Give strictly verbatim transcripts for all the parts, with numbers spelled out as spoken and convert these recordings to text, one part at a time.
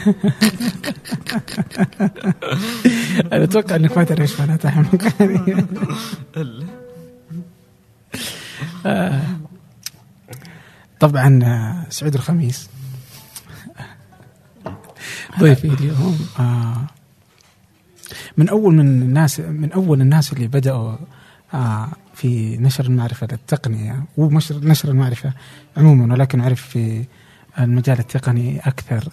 أنا أتوقع أنك ما تدري إيش معنى تحمق. طبعا سعود الخميس ضيفي اليوم من أول من الناس من أول الناس اللي بدأوا في نشر المعرفة للتقنية ونشر نشر المعرفة عموما، ولكن عرف في المجال التقني أكثر.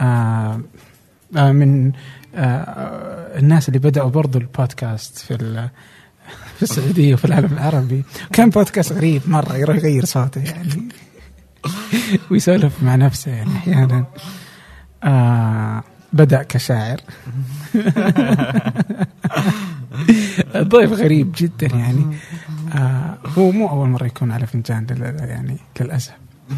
من الناس اللي بدأوا برضو البودكاست في في السعودية وفي العالم العربي. كان بودكاست غريب مرة، يغير صوته يعني ويسولف مع نفسه يعني أحيانا. آه بدأ كشاعر. ضيف غريب جدا يعني. آه هو مو أول مرة يكون على فنجان يعني للأسف.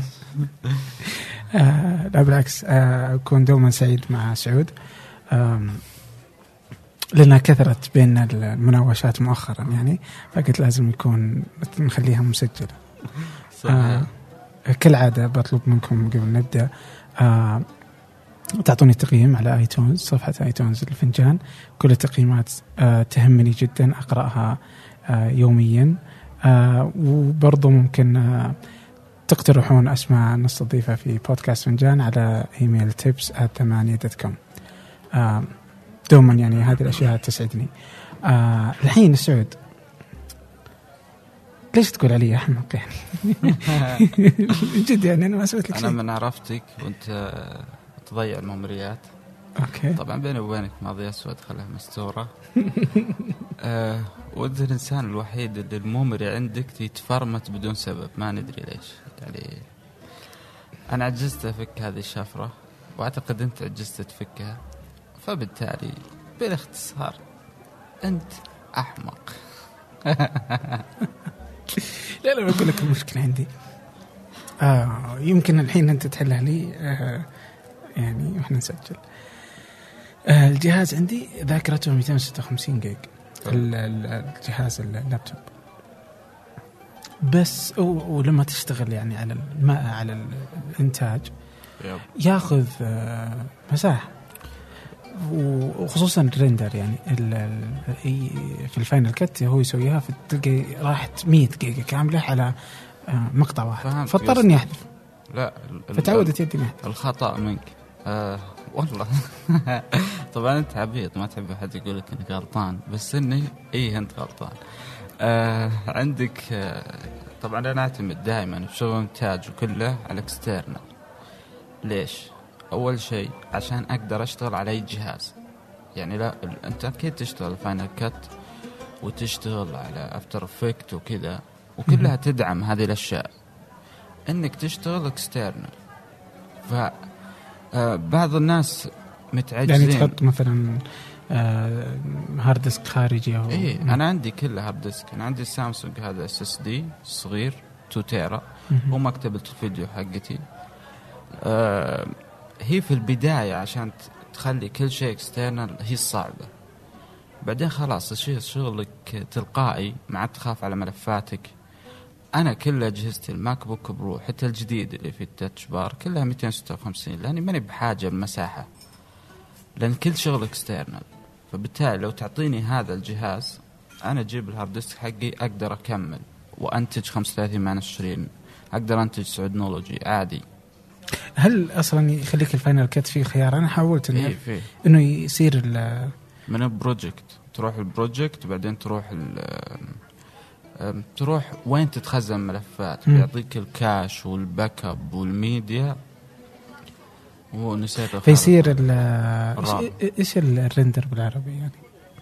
آه لا بالعكس، آه أكون دوما سعيد مع سعود. آه لأنها كثرت بين المناوشات مؤخرا يعني، فقلت لازم يكون نخليها مسجلة. آه كالعادة بطلب منكم قبل نبدأ آه تعطوني تقييم على آيتونز، صفحة آيتونز الفنجان. كل التقييمات آه تهمني جدا، أقرأها آه يوميا. آه وبرضو ممكن آه تقترحون أسماء نستضيفها في بودكاست فنجان على إيميل tips at ثمانية دوت كوم. آه دوما يعني هذه الأشياء تسعدني. آه الحين السعود، ليش تقول علي أحمق يعني؟ جد يعني أنا ما سويت لك شيء. أنا من عرفتك وأنت تضيع الممريات. أوكي. طبعا بيني وبينك ماضي أسود خلها مستورة. أه وأنت الإنسان الوحيد اللي الممري عندك يتفرمت بدون سبب، ما ندري ليش يعني. أنا عجزت أفك هذه الشفرة وأعتقد أنت عجزت تفكها، فبالتالي بالاختصار أنت أحمق. لا لا بقول لك المشكلة عندي. آه يمكن الحين أنت تحلها لي آه يعني وإحنا نسجل. آه الجهاز عندي ذاكرته مئتين وستة وخمسين جيج، الجهاز اللابتوب بس. ولما تشتغل يعني على الماء على الإنتاج يأخذ آه مساحة، وخصوصا الريندر يعني في الفاينل كت هو يسويها، فتلقى راحت مية جيجا كاملة على مقطع واحد، فاضطر اني احذف. لا فتعودت يدي نحذف. الخطأ منك. آه والله. طبعا انت عبيط ما تحب احد يقول لك انك غلطان، بس اني ايه انت غلطان. آه عندك آه طبعا انا اعتمد دائما في شغل انتاج وكله على اكسترنال. ليش؟ أول شيء عشان أقدر أشتغل على أي جهاز يعني. لا أنت أكيد تشتغل فاينل كات وتشتغل على أفتر إفكت وكذا، وكلها تدعم هذه الأشياء إنك تشتغل إكسترنال. فبعض الناس متعجزين يعني تحط مثلا آه هارد ديسك خارجي أو إيه. أنا عندي كله هارد ديسك. أنا عندي سامسونج هذا اس اس دي صغير تو تيرا، ومكتبة الفيديو حقتي. آه هي في البداية عشان تخلي كل شيء اكسترنال هي الصعبة، بعدين خلاص الشيء شغلك تلقائي، ما عاد تخاف على ملفاتك. أنا كل أجهزتي الماك بوك برو حتى الجديد اللي في التاتش بار كلها مئتين وستة وخمسين، لأني ماني بحاجة بمساحة، لأن كل شغل اكسترنال. فبالتالي لو تعطيني هذا الجهاز أنا أجيب الهارد ديسك حقي أقدر أكمل وأنتج خمسة وثلاثين مع عشرين، أقدر أنتج سعودنولوجي عادي. هل أصلا يخليك الفاينل كات فيه خيار؟ أنا حاولت إنه إيه إنه يصير من البروجكت، تروح البروجكت وبعدين تروح تروح وين تتخزن ملفات، بيعطيك الكاش والباك اب والميديا ونسيت فيصير ال إيش الرندر بالعربي يعني؟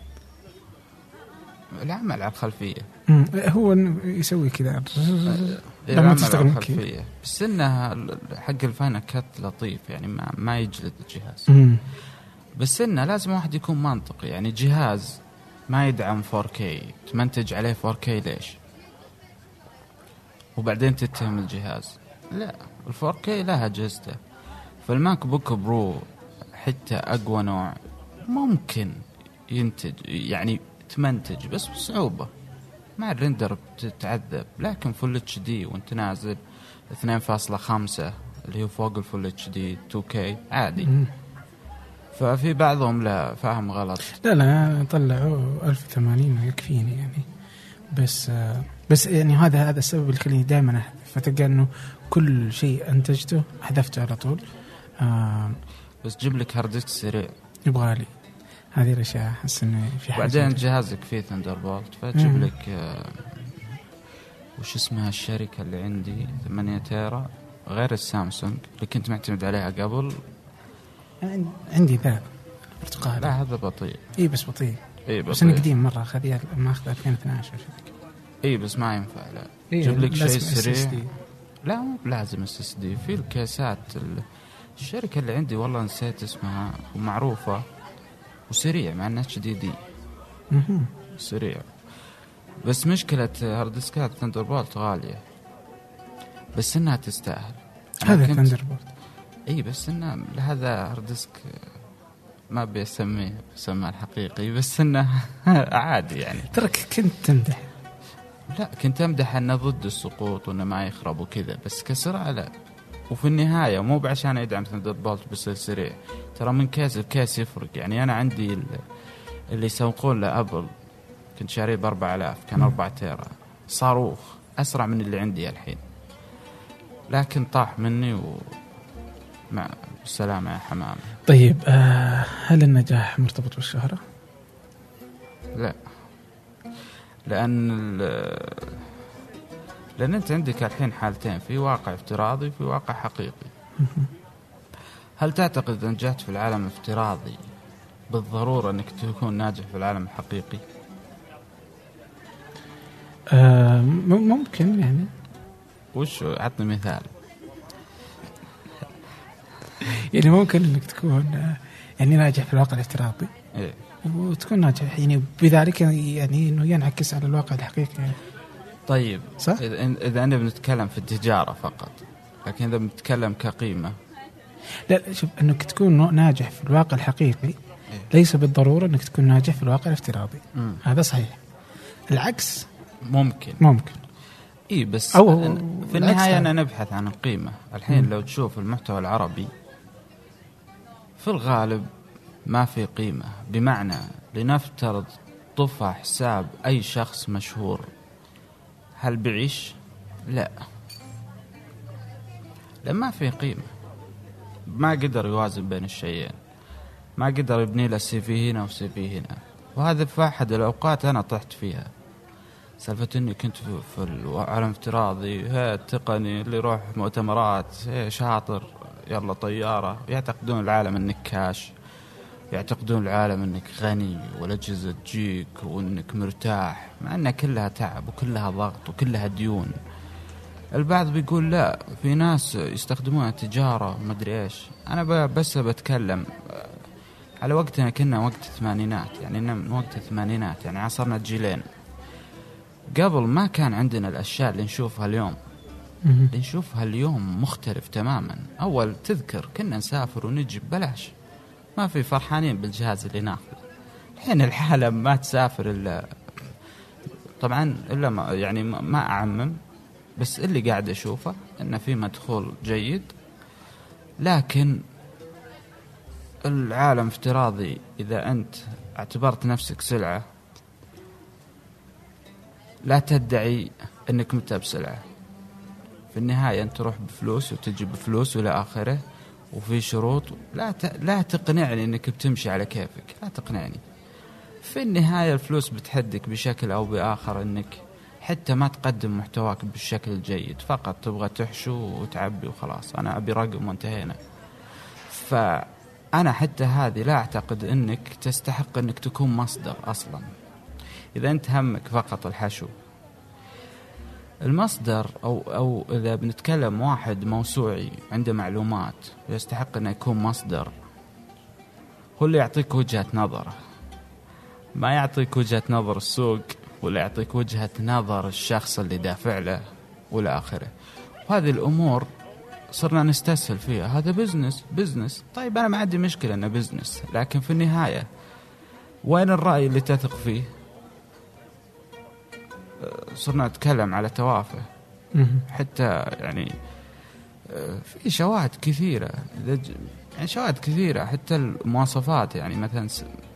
العمل على الخلفية. هو يسوي كذا لما تشتغل الخلفية، بس إنها حق الفاينل كات لطيف يعني، ما ما يجلد الجهاز. مم. بس إنه لازم واحد يكون منطقي يعني. جهاز ما يدعم فور كي تمنتج عليه فور كي ليش؟ وبعدين تتهم الجهاز. لا، الفور كي لها أجهزته. فالماك بوك برو حتى أقوى نوع ممكن ينتج يعني تمنتج، بس بصعوبة مع الرندر بتتعذب. لكن فول اتش دي وانت نازل اثنين فاصلة خمسة اللي هو فوق الفول اتش دي تو كي عادي. ففي بعضهم لا فاهم غلط. لا لا طلعوا ألف وثمانين يكفيني يعني. بس بس يعني هذا هذا السبب اللي يخليني دائما أحذف. فتلقى إنه كل شيء أنتجته حذفته على طول. آه بس جيب لك هارد ديسك سريع يبغى لي هذه الأشياء. أحس إنه في حاجة. بعدين جهازك فيه ثاندربولت فتجيب مم. لك آه وش اسمها الشركة اللي عندي ثمانية تيرا غير السامسونج اللي كنت معتمد عليها قبل. عندي ذا برتقال. لا هذا بطيء. إيه بس بطيء. إيه بس أنا قديم مرة خذيه ما أخذ ألفين واثني عشر. إيه بس ما ينفع. لا إيه جيب لك شيء سريع. لا مو لازم اس اس دي. في الكاسات الشركة اللي عندي والله نسيت اسمها ومعروفة وسريع مع انها اتش دي دي سريع. بس مشكلة هارد ديسكات ثاندربولت غالية بس انها تستاهل. هذا ثاندربولت اي بس انه هذا هارد ديسك ما بيسميه بسمه الحقيقي بس انه عادي يعني. ترك كنت تمدح. لا كنت امدح انه ضد السقوط وانه ما يخرب وكذا بس كسرعة لا. وفي النهاية مو بعشان يدعم ثاندربولت بس سريع ترى من كيس لكيس يفرق. يعني أنا عندي اللي يسوقون لأبل كنت شاريه بأربع آلاف كان أربعة تيرا صاروخ أسرع من اللي عندي الحين لكن طاح مني ومع السلامة يا حمام. طيب آه هل النجاح مرتبط بالشهرة؟ لا لأن لأن أنت عندك الحين حالتين في واقع افتراضي في واقع حقيقي. هل تعتقد أن نجحت في العالم الافتراضي بالضرورة أنك تكون ناجح في العالم الحقيقي؟ آه ممكن يعني. وش عطني مثال. يعني ممكن أنك تكون يعني ناجح في الواقع الافتراضي إيه؟ وتكون ناجح يعني بذلك يعني أنه ينعكس على الواقع الحقيقي يعني. طيب صح؟ إذا أنا بنتكلم في التجارة فقط لكن إذا بنتكلم كقيمة لا شوف أنك تكون ناجح في الواقع الحقيقي إيه؟ ليس بالضرورة أنك تكون ناجح في الواقع الافتراضي. مم. هذا صحيح. العكس ممكن ممكن إيه بس أو في النهاية أنا نبحث عن القيمة. الحين مم. لو تشوف المحتوى العربي في الغالب ما في قيمة. بمعنى لنفترض طفى حساب أي شخص مشهور هل بعيش؟ لا لما في قيمة ما قدر يوازن بين الشيئين ما قدر يبني له سي في هنا وسي في هنا. وهذا في أحد الأوقات أنا طحت فيها سالفة إني كنت في العالم افتراضي ها التقني اللي يروح مؤتمرات شاطر يلا طيارة يعتقدون العالم إنك كاش يعتقدون العالم إنك غني والأجهزة تجيك وإنك مرتاح مع أنها كلها تعب وكلها ضغط وكلها ديون. البعض بيقول لا في ناس يستخدمونها تجارة ومدري إيش. أنا بس بتكلم على وقتنا كنا وقت الثمانينات يعني من وقت الثمانينات يعني عصرنا جيلين قبل ما كان عندنا الأشياء اللي نشوفها اليوم. اللي نشوفها اليوم مختلف تماما. أول تذكر كنا نسافر ونجي ببلاش ما في فرحانين بالجهاز اللي ناخذه. الحين الحالة ما تسافر إلا طبعا إلا ما يعني ما أعمم بس اللي قاعد أشوفه إنه في مدخول جيد لكن العالم افتراضي إذا أنت اعتبرت نفسك سلعة لا تدعي أنك متى بسلعة. في النهاية أنت تروح بفلوس وتجي بفلوس ولا آخره وفي شروط. لا ت... لا تقنعني أنك بتمشي على كيفك لا تقنعني. في النهاية الفلوس بتحدك بشكل أو بآخر أنك حتى ما تقدم محتواك بالشكل الجيد فقط تبغى تحشو وتعبي وخلاص أنا أبي رقم وانتهينا. فأنا حتى هذه لا أعتقد أنك تستحق أنك تكون مصدر أصلا. إذا أنت همك فقط الحشو المصدر أو, أو إذا بنتكلم واحد موسوعي عنده معلومات يستحق أنه يكون مصدر هو اللي يعطيك وجهة نظره ما يعطيك وجهة نظر السوق ولا يعطيك وجهة نظر الشخص اللي دافع له ولا آخره. وهذه الأمور صرنا نستسهل فيها. هذا بزنس بزنس طيب أنا ما عندي مشكلة أنه بزنس لكن في النهاية وين الرأي اللي تثق فيه؟ صرنا نتكلم على توافه حتى يعني في شواهد كثيرة، يعني شواهد كثيرة حتى المواصفات، يعني مثلا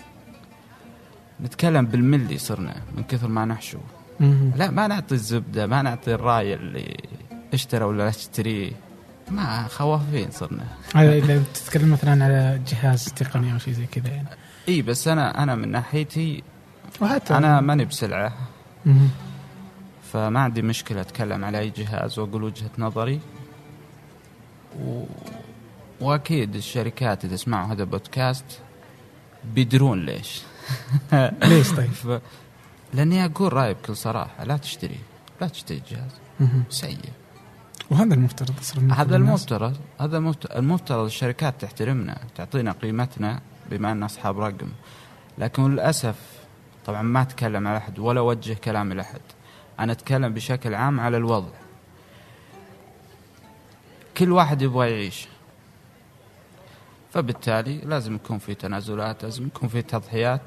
نتكلم بالملي صرنا من كثر ما نحشو. لا ما نعطي الزبدة، ما نعطي الراي اللي اشترى ولا لا اشتريه، ما خوافين صرنا. هذا إذا تتكلم مثلا على جهاز تقني أو شيء زي كذا يعني. إيه بس أنا أنا من ناحيتي وحتى أنا ماني بسلعة، فما عندي مشكلة أتكلم على أي جهاز وأقول وجهة نظري. و... وأكيد الشركات إذا سمعوا هذا بودكاست بيدرون ليش. ليش طيب؟ ف... لأني أقول رأيي بكل صراحة، لا تشتري لا تشتري جهاز سيء. وهذا المفترض يصير. هذا المفترض هذا المفترض الشركات تحترمنا، تعطينا قيمتنا بما أن أصحاب رقم. لكن للأسف طبعا ما أتكلم على أحد ولا أوجه كلامي لأحد، أنا أتكلم بشكل عام على الوضع. كل واحد يبغى يعيش، فبالتالي لازم يكون في تنازلات، لازم يكون في تضحيات.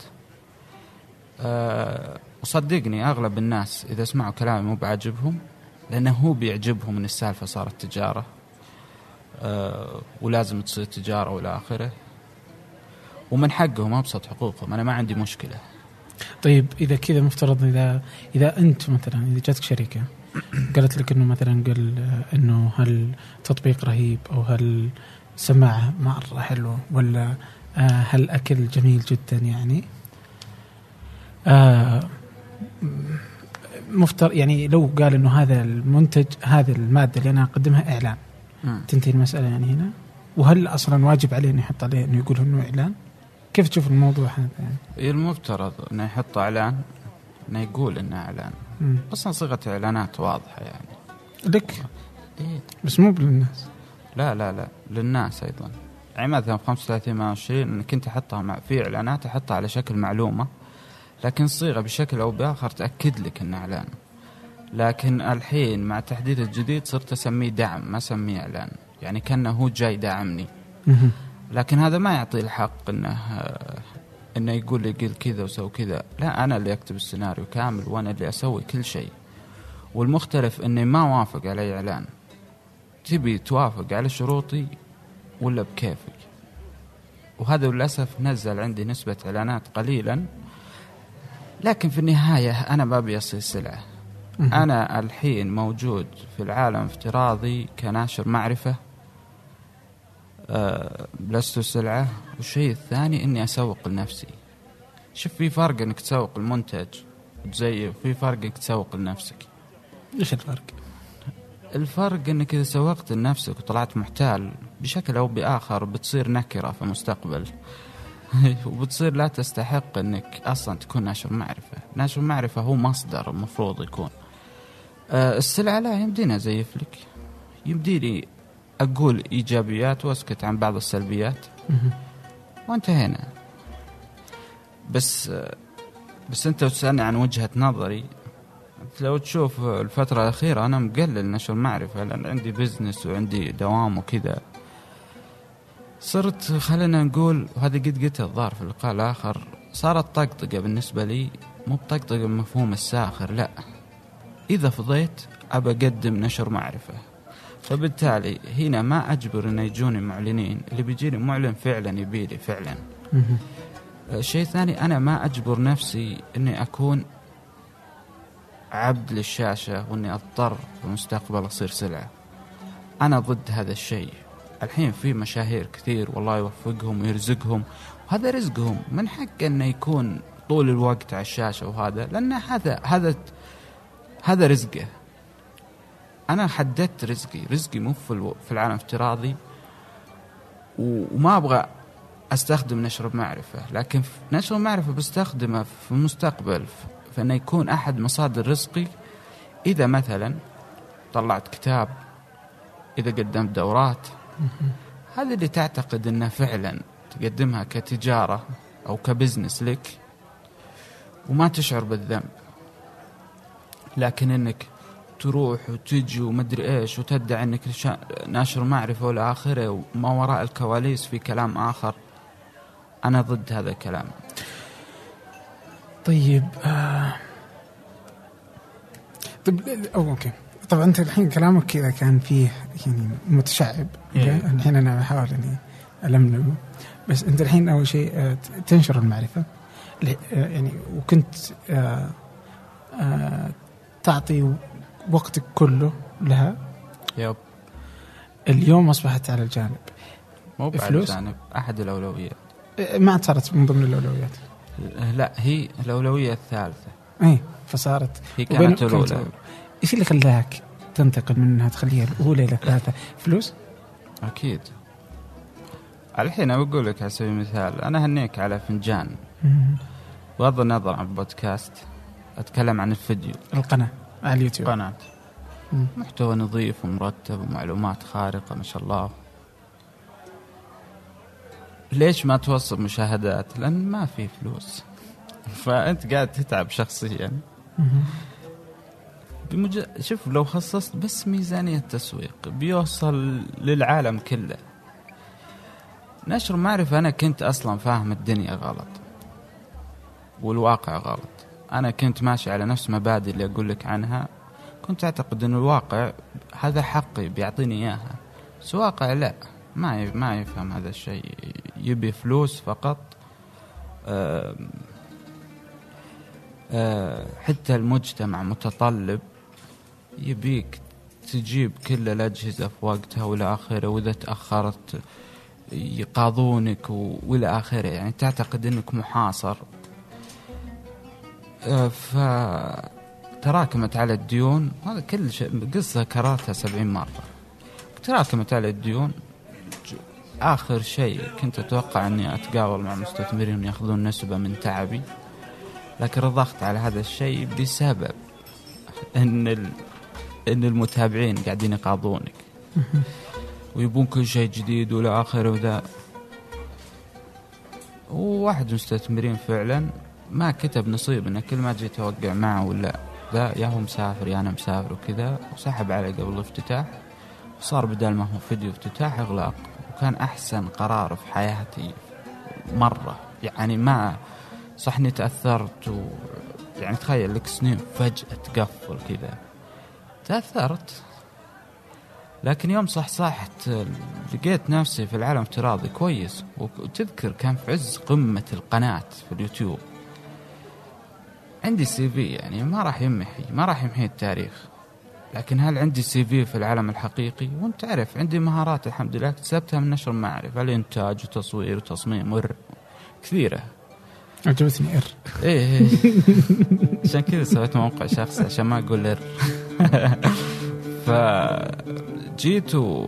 أه وصدقني أغلب الناس إذا سمعوا كلامي مو بعجبهم، لأنه هو بيعجبهم من السالفة صارت تجارة، أه ولازم تصير تجارة ولا آخره، ومن حقهم أبسط حقوقهم، أنا ما عندي مشكلة. طيب إذا كذا مفترض إذا إذا أنت مثلا إذا جاتك شركة قالت لك إنه مثلا قال إنه هل تطبيق رهيب أو هل سماعة مرة حلوة ولا هل أكل جميل جدا يعني، آه مفترض يعني لو قال إنه هذا المنتج هذا المادة اللي أنا أقدمها إعلان، م. تنتهي المسألة يعني هنا؟ وهل أصلا واجب عليه إنه يحط عليه إنه يقول إنه إعلان؟ كيف تشوف الموضوع هذا يعني؟ المفترض إنه يحط إعلان، إنه يقول إنه إعلان، م. أصلا صيغة إعلانات واضحة يعني لك إيه؟ بس مو للناس. لا لا لا للناس أيضا. يعني مثلا خمسة وثلاثين مع عشرين إن كنت أحطها مع في إعلانات أحطها على شكل معلومة، لكن صيغة بشكل أو بآخر تأكد لك إنه إعلان. لكن الحين مع التحديث الجديد صرت أسميه دعم، ما أسميه إعلان، يعني كأنه هو جاي دعمني. لكن هذا ما يعطي الحق إنه إنه يقول لي قل كذا وسوي كذا. لا، أنا اللي أكتب السيناريو كامل وأنا اللي أسوي كل شيء. والمختلف إني ما وافق على إعلان. تبي توافق على شروطي ولا بكيفك؟ وهذا للأسف نزل عندي نسبة إعلانات قليلا، لكن في النهاية أنا ما بيصير سلعة. أنا الحين موجود في العالم افتراضي كناشر معرفة، أه لست سلعة. والشيء الثاني إني أسوق لنفسي. شوف في فرق إنك تسوق المنتج وتزيف، في فرق إنك تسوق لنفسك. إيش الفرق؟ الفرق إنك إذا سوقت لنفسك وطلعت محتال بشكل أو بآخر بتصير نكرة في المستقبل وبتصير لا تستحق إنك أصلا تكون ناشر معرفة. ناشر معرفة هو مصدر المفروض يكون. أه السلعة لا، يمدينا زيف لك، يمديني أقول إيجابيات وأسكت عن بعض السلبيات وانتهينا. بس بس أنت تسألني عن وجهة نظري. لو تشوف الفترة الأخيرة أنا مقلل نشر معرفة، لأن عندي بزنس وعندي دوام وكذا. صرت خلينا نقول، وهذا قد قلت الظاهر في اللقاء الآخر، صارت طقطقة بالنسبة لي، مو بطقطقة بمفهوم الساخر، لا، إذا فضيت أبى أقدم نشر معرفة. فبالتالي هنا ما أجبر أن يجوني معلنين، اللي بيجيني معلن فعلا يبيلي فعلا. الشيء الثاني، أنا ما أجبر نفسي أني أكون عبد للشاشة وأني أضطر في المستقبل أصير سلعة. أنا ضد هذا الشيء. الحين في مشاهير كثير والله يوفقهم ويرزقهم، وهذا رزقهم، من حق أنه يكون طول الوقت على الشاشة، وهذا لأن هذا هذا هذا رزقه. أنا حددت رزقي، رزقي مو في العالم افتراضي، وما أبغى أستخدم نشر معرفة، لكن نشر معرفة بستخدمه في المستقبل فإنه يكون أحد مصادر رزقي. إذا مثلا طلعت كتاب، إذا قدمت دورات، هذا اللي تعتقد أنه فعلا تقدمها كتجارة أو كبزنس لك وما تشعر بالذنب. لكن أنك تروح وتجي ومدري إيش وتدعي أنك ناشر معرفة ولا آخره، وما وراء الكواليس في كلام آخر، أنا ضد هذا الكلام. طيب آه. طيب أو أوكي طبعا أنت الحين كلامك كذا كان فيه يعني متشعب. إيه. الحين أنا بحاول إني ألملمه، بس أنت الحين أول شيء تنشر المعرفة يعني، وكنت آآ آآ تعطي وقتك كله لها. يب. اليوم أصبحت على الجانب مو على الجانب أحد الأولويات، ما صارت من ضمن الأولويات. لا، هي الأولوية الثالثة. إيه، فصارت هي كانت الأولى. إيش اللي خلاك تنتقل من أنها تخليها الأولى إلى الثالثة؟ فلوس؟ أكيد. الحين أقول لك على سبيل المثال، أنا هنيك على فنجان، بغض النظر عن البودكاست أتكلم عن الفيديو، القناة على اليوتيوب، قناة مم. محتوى نظيف ومرتب ومعلومات خارقة ما شاء الله. ليش ما توصل مشاهدات؟ لأن ما في فلوس، فأنت قاعد تتعب شخصيا. بمج... شوف، لو خصصت بس ميزانية تسويق بيوصل للعالم كله. نشر معرفة، أنا كنت أصلا فاهم الدنيا غلط والواقع غلط. أنا كنت ماشي على نفس مبادئ اللي أقول لك عنها، كنت أعتقد أن الواقع هذا حقي بيعطيني إياها، بس الواقع لا، ما ما يفهم هذا الشيء، يبي فلوس فقط. أه أه حتى المجتمع متطلب، يبيك تجيب كل الأجهزة في وقتها وإلى آخره، وإذا تأخرت يقاضونك وإلى آخره، يعني تعتقد أنك محاصر. أه فتراكمت على الديون، هذا كل شيء قصة كررتها سبعين مرة. تراكمت على الديون، آخر شيء كنت أتوقع أني أتقاول مع مستثمرين يأخذون نسبة من تعبي، لكن رضخت على هذا الشيء بسبب أن ال... أن المتابعين قاعدين يقاضونك ويبون كل شيء جديد ولا آخر وذا. وواحد مستثمرين فعلا ما كتب نصيب، إنه كل ما جيت أوقع معه ولا ذا، يا هو مسافر يا أنا مسافر وكذا، وسحب علي قبل الافتتاح، وصار بدل ما هو فيديو افتتاح إغلاق. وكان أحسن قرار في حياتي مرة، يعني ما صحني تأثرت و... يعني تخيل لك سنين فجأة تقفل كذا، تأثرت. لكن يوم صح صحت لقيت نفسي في العالم افتراضي كويس. وتذكر كان في عز قمة القناة في اليوتيوب، عندي سي في يعني ما راح يمحي ما راح يمحي التاريخ، لكن هل عندي سي في في العالم الحقيقي؟ وانت تعرف عندي مهارات الحمد لله اكتسبتها من نشر المعرفة، الانتاج وتصوير وتصميم ور كثيرة. عجبتني ار ايه عشان كذا سويت موقع شخصي عشان ما اقول ار. فجيت و...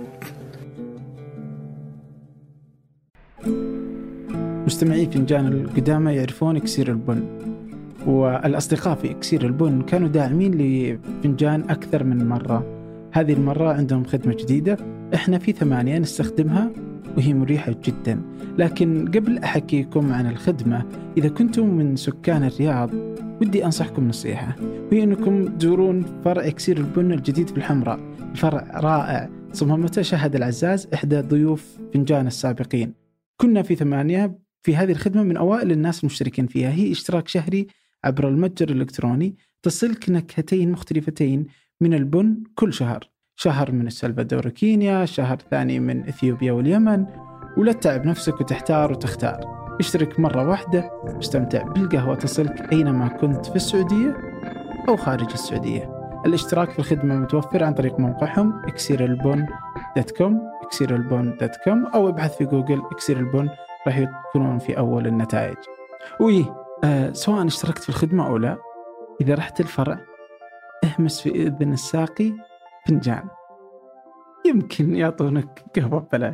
مستمعي فنجان القدامى يعرفون إكسير البن، والأصدقاء في إكسير البن كانوا داعمين لفنجان أكثر من مرة. هذه المرة عندهم خدمة جديدة إحنا في ثمانية نستخدمها وهي مريحة جدا. لكن قبل أحكيكم عن الخدمة، إذا كنتم من سكان الرياض ودي أنصحكم نصيحة، وهي أنكم تزورون فرع إكسير البن الجديد في الحمراء. الفرع رائع، صممته شهد العزاز إحدى ضيوف فنجان السابقين. كنا في ثمانية في هذه الخدمة من أوائل الناس المشتركين فيها. هي اشتراك شهري عبر المتجر الإلكتروني، تصلك نكهتين مختلفتين من البن كل شهر، شهر من السلفادور كينيا، شهر ثاني من إثيوبيا واليمن. ولا تتعب نفسك وتحتار وتختار، اشترك مرة واحدة واستمتع بالقهوة تصلك أينما كنت في السعودية أو خارج السعودية. الاشتراك في الخدمة متوفر عن طريق موقعهم إكسير البن دوت كوم إكسير البن دوت كوم، أو ابحث في جوجل إكسير البن راح يكونون في أول النتائج. ويه آه سواء اشتركت في الخدمة أو لا، إذا رحت الفرع اهمس في إذن الساقي فنجان، يمكن يعطونك قهوة ببلاش.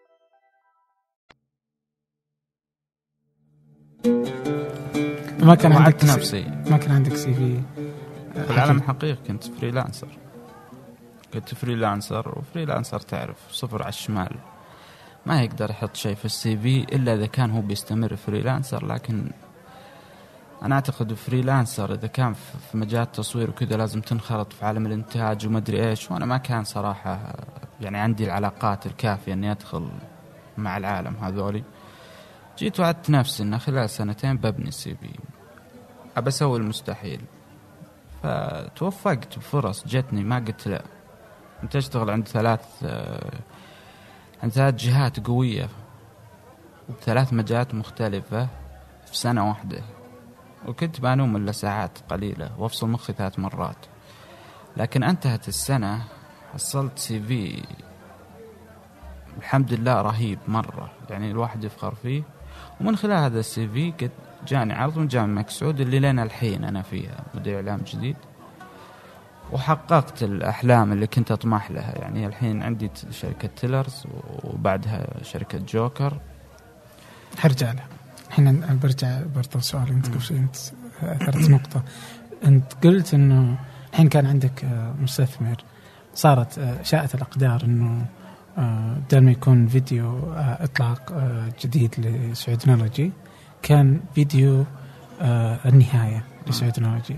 ما كان عندك نفسي ما كان عندك سي في في العالم الحقيقي، كنت فريلانسر كنت فريلانسر وفريلانسر تعرف صفر على الشمال، ما يقدر يحط شيء في السي في إلا إذا كان هو بيستمر فريلانسر. لكن أنا أعتقد فريلانسر إذا كان في مجال التصوير وكذا لازم تنخرط في عالم الإنتاج وما أدري إيش، وأنا ما كان صراحة يعني عندي العلاقات الكافية أني أدخل مع العالم هذولي. جيت وعدت نفسي أن خلال سنتين ببني السي في، أبى أسوي المستحيل. فتوفقت بفرص جتني ما قلت لا. أنت تشتغل عند ثلاث عند ثلاث جهات قوية وبثلاث مجالات مختلفة في سنة واحدة، وكنت بانوم إلا ساعات قليلة وأفصل مخي ثلاث مرات. لكن انتهت السنة حصلت سي في الحمد لله رهيب مرة، يعني الواحد يفخر فيه. ومن خلال هذا السي في قد جاني عرض من جامعة الملك سعود اللي لنا الحين أنا فيها مدير إعلام جديد، وحققت الأحلام اللي كنت أطمح لها. يعني الحين عندي شركة تيلرز وبعدها شركة جوكر. حرجع لها الحين. برجع برضه سؤال أنت قبل شيء أنت أثرت نقطة. أنت قلت إنه الحين كان عندك مستثمر، صارت شاءت الأقدار إنه بدل ما يكون فيديو إطلاق جديد لسعودنولوجي كان فيديو النهاية لسعودنولوجي.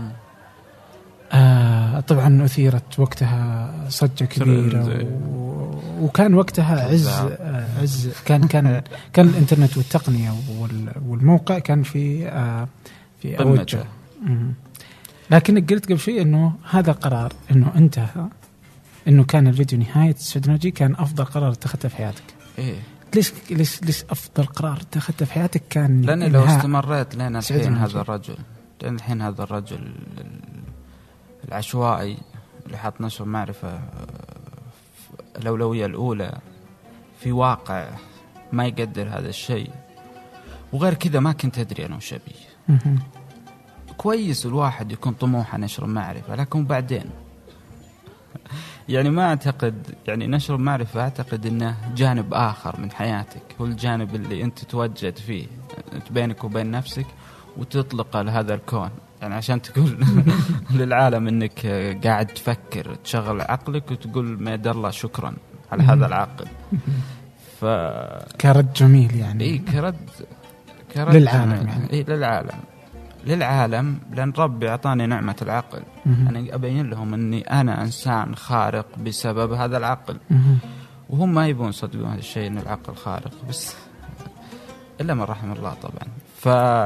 آه طبعا أثيرت وقتها صجة كبيرة و... وكان وقتها عز آه عز كان كان كان الإنترنت والتقنية وال... والموقع كان في آه في أوجه. لكن قلت قبل شيء إنه هذا القرار إنه انتهى، إنه كان الفيديو نهاية السعودنولوجي كان أفضل قرار اتخذته في حياتك. إيه ليش ليش ليش أفضل قرار اتخذته في حياتك كان؟ لأن لو استمريت لين الحين هذا الرجل لين الحين هذا الرجل العشوائي اللي حط نشر معرفة الأولوية الأولى في واقع ما يقدر هذا الشيء، وغير كذا ما كنت أدري أنا وش أبي. كويس الواحد يكون طموحه نشر معرفة، لكن بعدين يعني ما أعتقد يعني نشر معرفة أعتقد أنه جانب آخر من حياتك، هو الجانب اللي أنت تتواجد فيه بينك وبين نفسك وتطلق لهذا الكون، يعني عشان تقول للعالم أنك قاعد تفكر تشغل عقلك وتقول ما يدر الله شكرا على هذا العقل. ف كرد جميل يعني. إيه كرد كرد للعالم يعني. إيه للعالم للعالم لأن ربي أعطاني نعمة العقل. أنا أبين لهم أني أنا إنسان خارق بسبب هذا العقل، وهم ما يبون يصدقون هذا الشيء أن العقل خارق، بس إلا من رحم الله طبعا. ف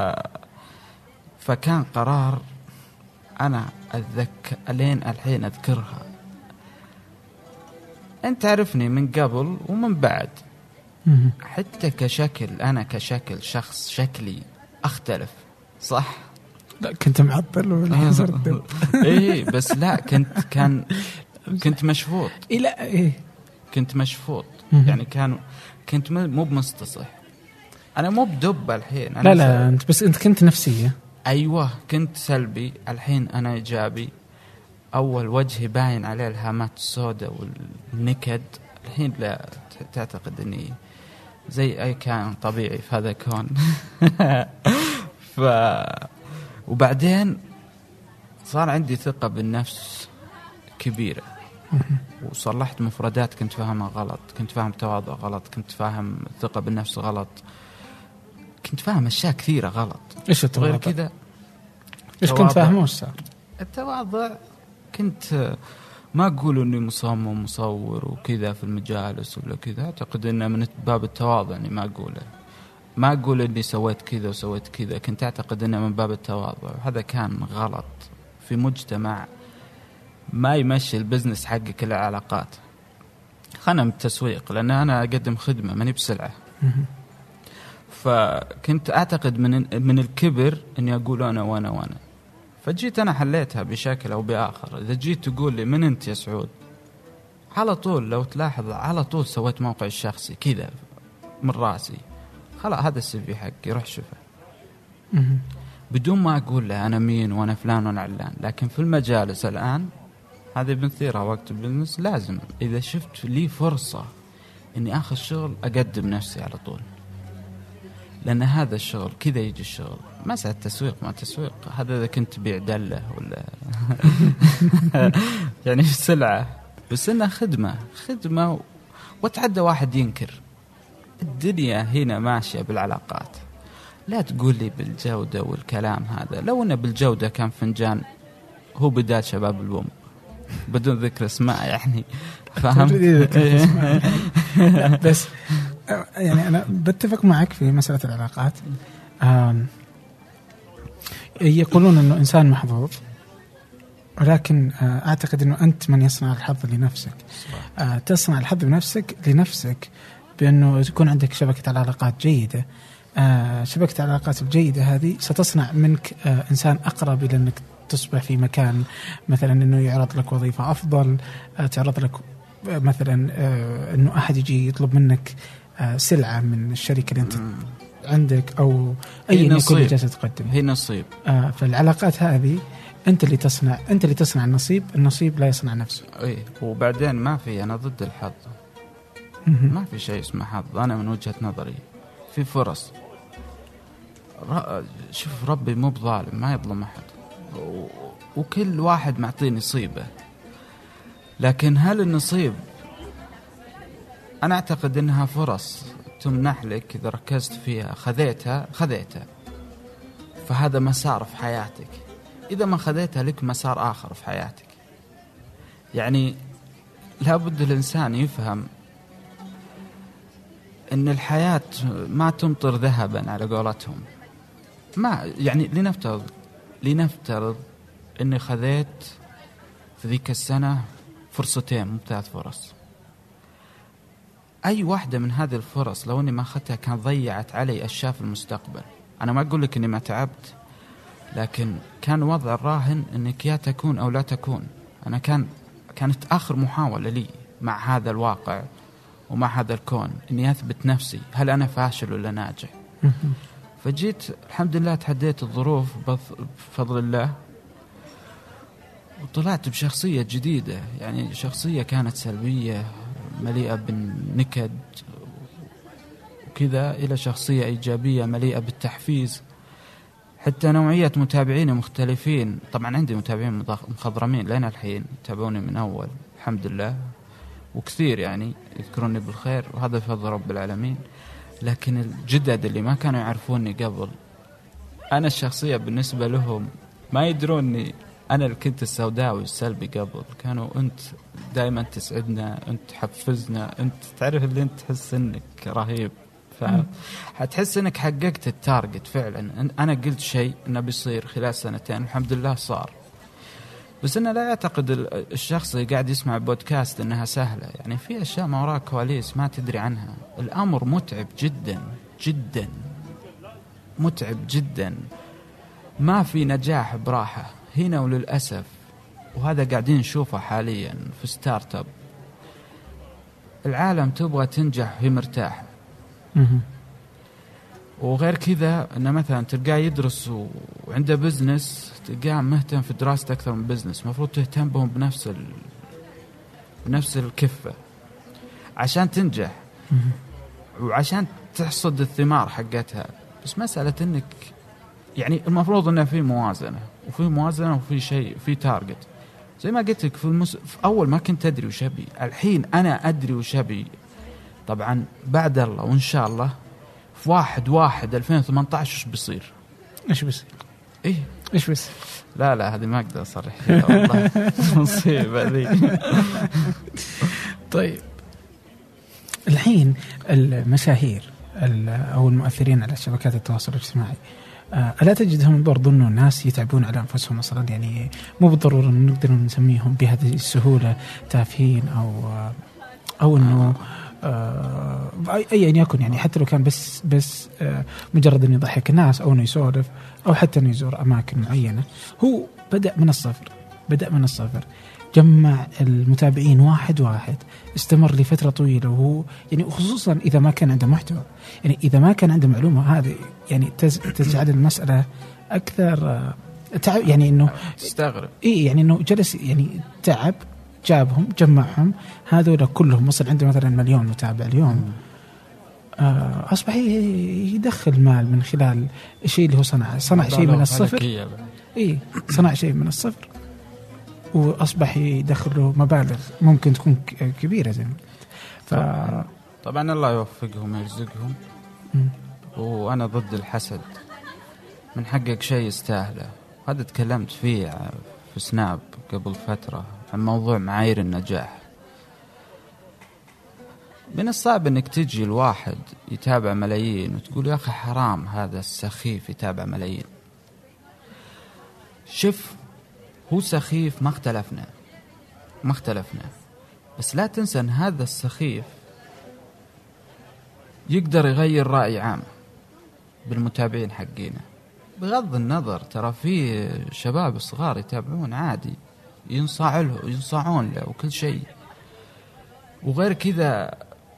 فكان قرار أنا أتذكر لين الحين أذكرها. أنت تعرفني من قبل ومن بعد، حتى كشكل أنا كشكل شخص شكلي أختلف صح؟ لا كنت معطل ولا صرت إيه بس لا كنت كان كنت مشفوط. إيه لا إيه كنت مشفوط يعني كان كنت مو بمستصح. أنا مو بدب الحين. أنا لا لا أنت بس أنت كنت نفسية. أيوة كنت سلبي، الحين أنا إيجابي. أول وجهي باين عليه الهامات السوداء والنكد، الحين لا تعتقد أني زي أي كائن طبيعي في هذا الكون. ف... وبعدين صار عندي ثقة بالنفس كبيرة، وصلحت مفردات كنت فاهمها غلط، كنت فاهم تواضع غلط، كنت فاهم ثقة بالنفس غلط، كنت فاهم أشياء كثيرة غلط. إيش التواضع؟ غير كذا إيش كنت فاهمه وش صار؟ التواضع كنت ما أقول إني مصمم مصور وكذا في المجالس ولا كذا، أعتقد إنه من باب التواضع إني ما أقوله. ما أقول إني سويت كذا وسويت كذا، كنت أعتقد إنه من باب التواضع، وهذا كان غلط في مجتمع ما يمشي البزنس حقك العلاقات. خلنا من التسويق لأن أنا أقدم خدمة ماني بسلعة. فكنت أعتقد من من الكبر إني أقول أنا وأنا وأنا. فجيت أنا حليتها بشكل أو بآخر. إذا جيت تقول لي من أنت يا سعود، على طول لو تلاحظ على طول سويت موقع الشخصي كذا من راسي، خلاص هذا السي في حقي روح شوفه بدون ما أقول له أنا مين وأنا فلان وأنا علان. لكن في المجالس الآن هذه بنثيرها وقت البزنس، لازم إذا شفت لي فرصة إني آخذ شغل أقدم نفسي على طول، لأن هذا الشغل كذا يجي الشغل. مسألة تسويق ما تسويق، هذا إذا كنت بيع دلة ولا يعني سلعة، بس إنها خدمة خدمة و... وتعدى واحد ينكر. الدنيا هنا ماشية بالعلاقات، لا تقول لي بالجودة والكلام هذا. لو إنه بالجودة كان فنجان هو بداية شباب البوم بدون ذكر اسماء يعني، فاهم؟ بس يعني أنا بتفق معك في مسألة العلاقات. يقولون إنه إنسان محظوظ ولكن أعتقد أنه أنت من يصنع الحظ لنفسك. صح. تصنع الحظ بنفسك لنفسك بأنه تكون عندك شبكة علاقات جيدة. شبكة العلاقات الجيدة هذه ستصنع منك إنسان أقرب إلى أنك تصبح في مكان مثلا أنه يعرض لك وظيفة أفضل، تعرض لك مثلا أنه أحد يجي يطلب منك سلعة من الشركة اللي أنت عندك أو أي يكون جالس تقدم. هي نصيب. فالعلاقات هذه أنت اللي تصنع، أنت اللي تصنع النصيب. النصيب لا يصنع نفسه. إيه. وبعدين ما في، أنا ضد الحظ. ما في شيء اسمه حظ. أنا من وجهة نظري في فرص. شوف ربي مو بظالم، ما يظلم أحد، وكل واحد معطيه نصيبه. لكن هل النصيب، أنا أعتقد أنها فرص تمنح لك إذا ركزت فيها، خذيتها خذيتها فهذا مسار في حياتك. إذا ما خذيتها لك مسار آخر في حياتك. يعني لابد الإنسان يفهم أن الحياة ما تمطر ذهبا على قولتهم. ما يعني لنفترض لنفترض أني خذيت في ذيك السنة فرصتين، مو ثلاث فرص. أي واحدة من هذه الفرص لو أني ما أخذتها كان ضيعت علي أشياء في المستقبل. أنا ما أقول لك أني ما تعبت، لكن كان وضع الراهن أنك يا تكون أو لا تكون. أنا كان كانت آخر محاولة لي مع هذا الواقع ومع هذا الكون أني أثبت نفسي، هل أنا فاشل ولا ناجح. فجيت الحمد لله تحديت الظروف بفضل الله، وطلعت بشخصية جديدة. يعني شخصية كانت سلبية مليئة بالنكد وكذا، إلى شخصية إيجابية مليئة بالتحفيز. حتى نوعية متابعين مختلفين. طبعا عندي متابعين مخضرمين لين الحين يتابعوني من أول الحمد لله، وكثير يعني يذكروني بالخير، وهذا بفضل رب العالمين. لكن الجدد اللي ما كانوا يعرفوني قبل، أنا الشخصية بالنسبة لهم ما يدروني أنا اللي كنت السوداوي السلبي قبل. كانوا أنت دائما تسعدنا، أنت تحفزنا، أنت تعرف اللي أنت تحس أنك رهيب، فهتحس أنك حققت التارجت فعلا. أنا قلت شيء أنه بيصير خلال سنتين، الحمد لله صار. بس أنا لا أعتقد الشخص اللي قاعد يسمع بودكاست أنها سهلة. يعني في أشياء ما وراء كواليس ما تدري عنها. الأمر متعب جدا جدا، متعب جدا. ما في نجاح براحة هنا، وللأسف وهذا قاعدين نشوفه حاليا في ستارت اب. العالم تبغى تنجح وهي مرتاحة، وغير كذا أنه مثلا تلقاه يدرس وعنده بزنس، تلقاه مهتم في دراسته أكثر من بزنس. مفروض تهتم بهم بنفس ال... بنفس الكفة عشان تنجح وعشان تحصد الثمار حقتها. بس مسألة أنك يعني المفروض أنه في موازنة، وفي موازنة وفي شيء، في تارجت. زي ما قلت لك في, المس... في أول ما كنت أدري وش أبي، الحين أنا أدري وش أبي. طبعا بعد الله وإن شاء الله في واحد واحد ألفين وثمانية عشر إيش بيصير؟ إيش بيصير؟ إيه إيش بيصير؟ لا لا هذه ما أقدر أصرح فيها والله. مصيبة ذي. طيب الحين المشاهير أو المؤثرين على شبكات التواصل الاجتماعي، ألا تجدهم برضو أنه الناس يتعبون على أنفسهم أصلا؟ يعني مو بالضرورة أن نقدر نسميهم بهذه السهولة تافهين أو أو أنه أي أن يكن، يعني حتى لو كان بس بس مجرد أن يضحك الناس أو أنه يسولف أو حتى أنه يزور أماكن معينة. هو بدأ من الصفر، بدأ من الصفر جمع المتابعين واحد واحد، استمر لفترة طويلة، وهو يعني خصوصا إذا ما كان عنده محتوى، يعني إذا ما كان عنده معلومة، هذه يعني تجعل المسألة أكثر تعب. يعني إنه تستغرب إيه، يعني إنه جلس يعني تعب، جابهم جمعهم هذول كلهم، وصل عنده مثلا مليون متابع اليوم. آه أصبح يدخل مال من خلال الشيء اللي هو صنع صنع شيء من الصفر. إيه صنع شيء من الصفر وأصبح يدخله مبالغ ممكن تكون كبيرة زي ف... طبعا الله يوفقهم ويرزقهم. وأنا ضد الحسد. من حقك شيء يستاهله. هذا تكلمت فيه في سناب قبل فترة عن موضوع معايير النجاح. من الصعب أنك تجي الواحد يتابع ملايين وتقول يا أخي حرام هذا السخيف يتابع ملايين. شوف هو سخيف، ما اختلفنا ما اختلفنا بس لا تنسى أن هذا السخيف يقدر يغير رأي عام بالمتابعين حقينا. بغض النظر ترى في شباب صغار يتابعون عادي، ينصاع له ينصاعون له وكل شيء. وغير كذا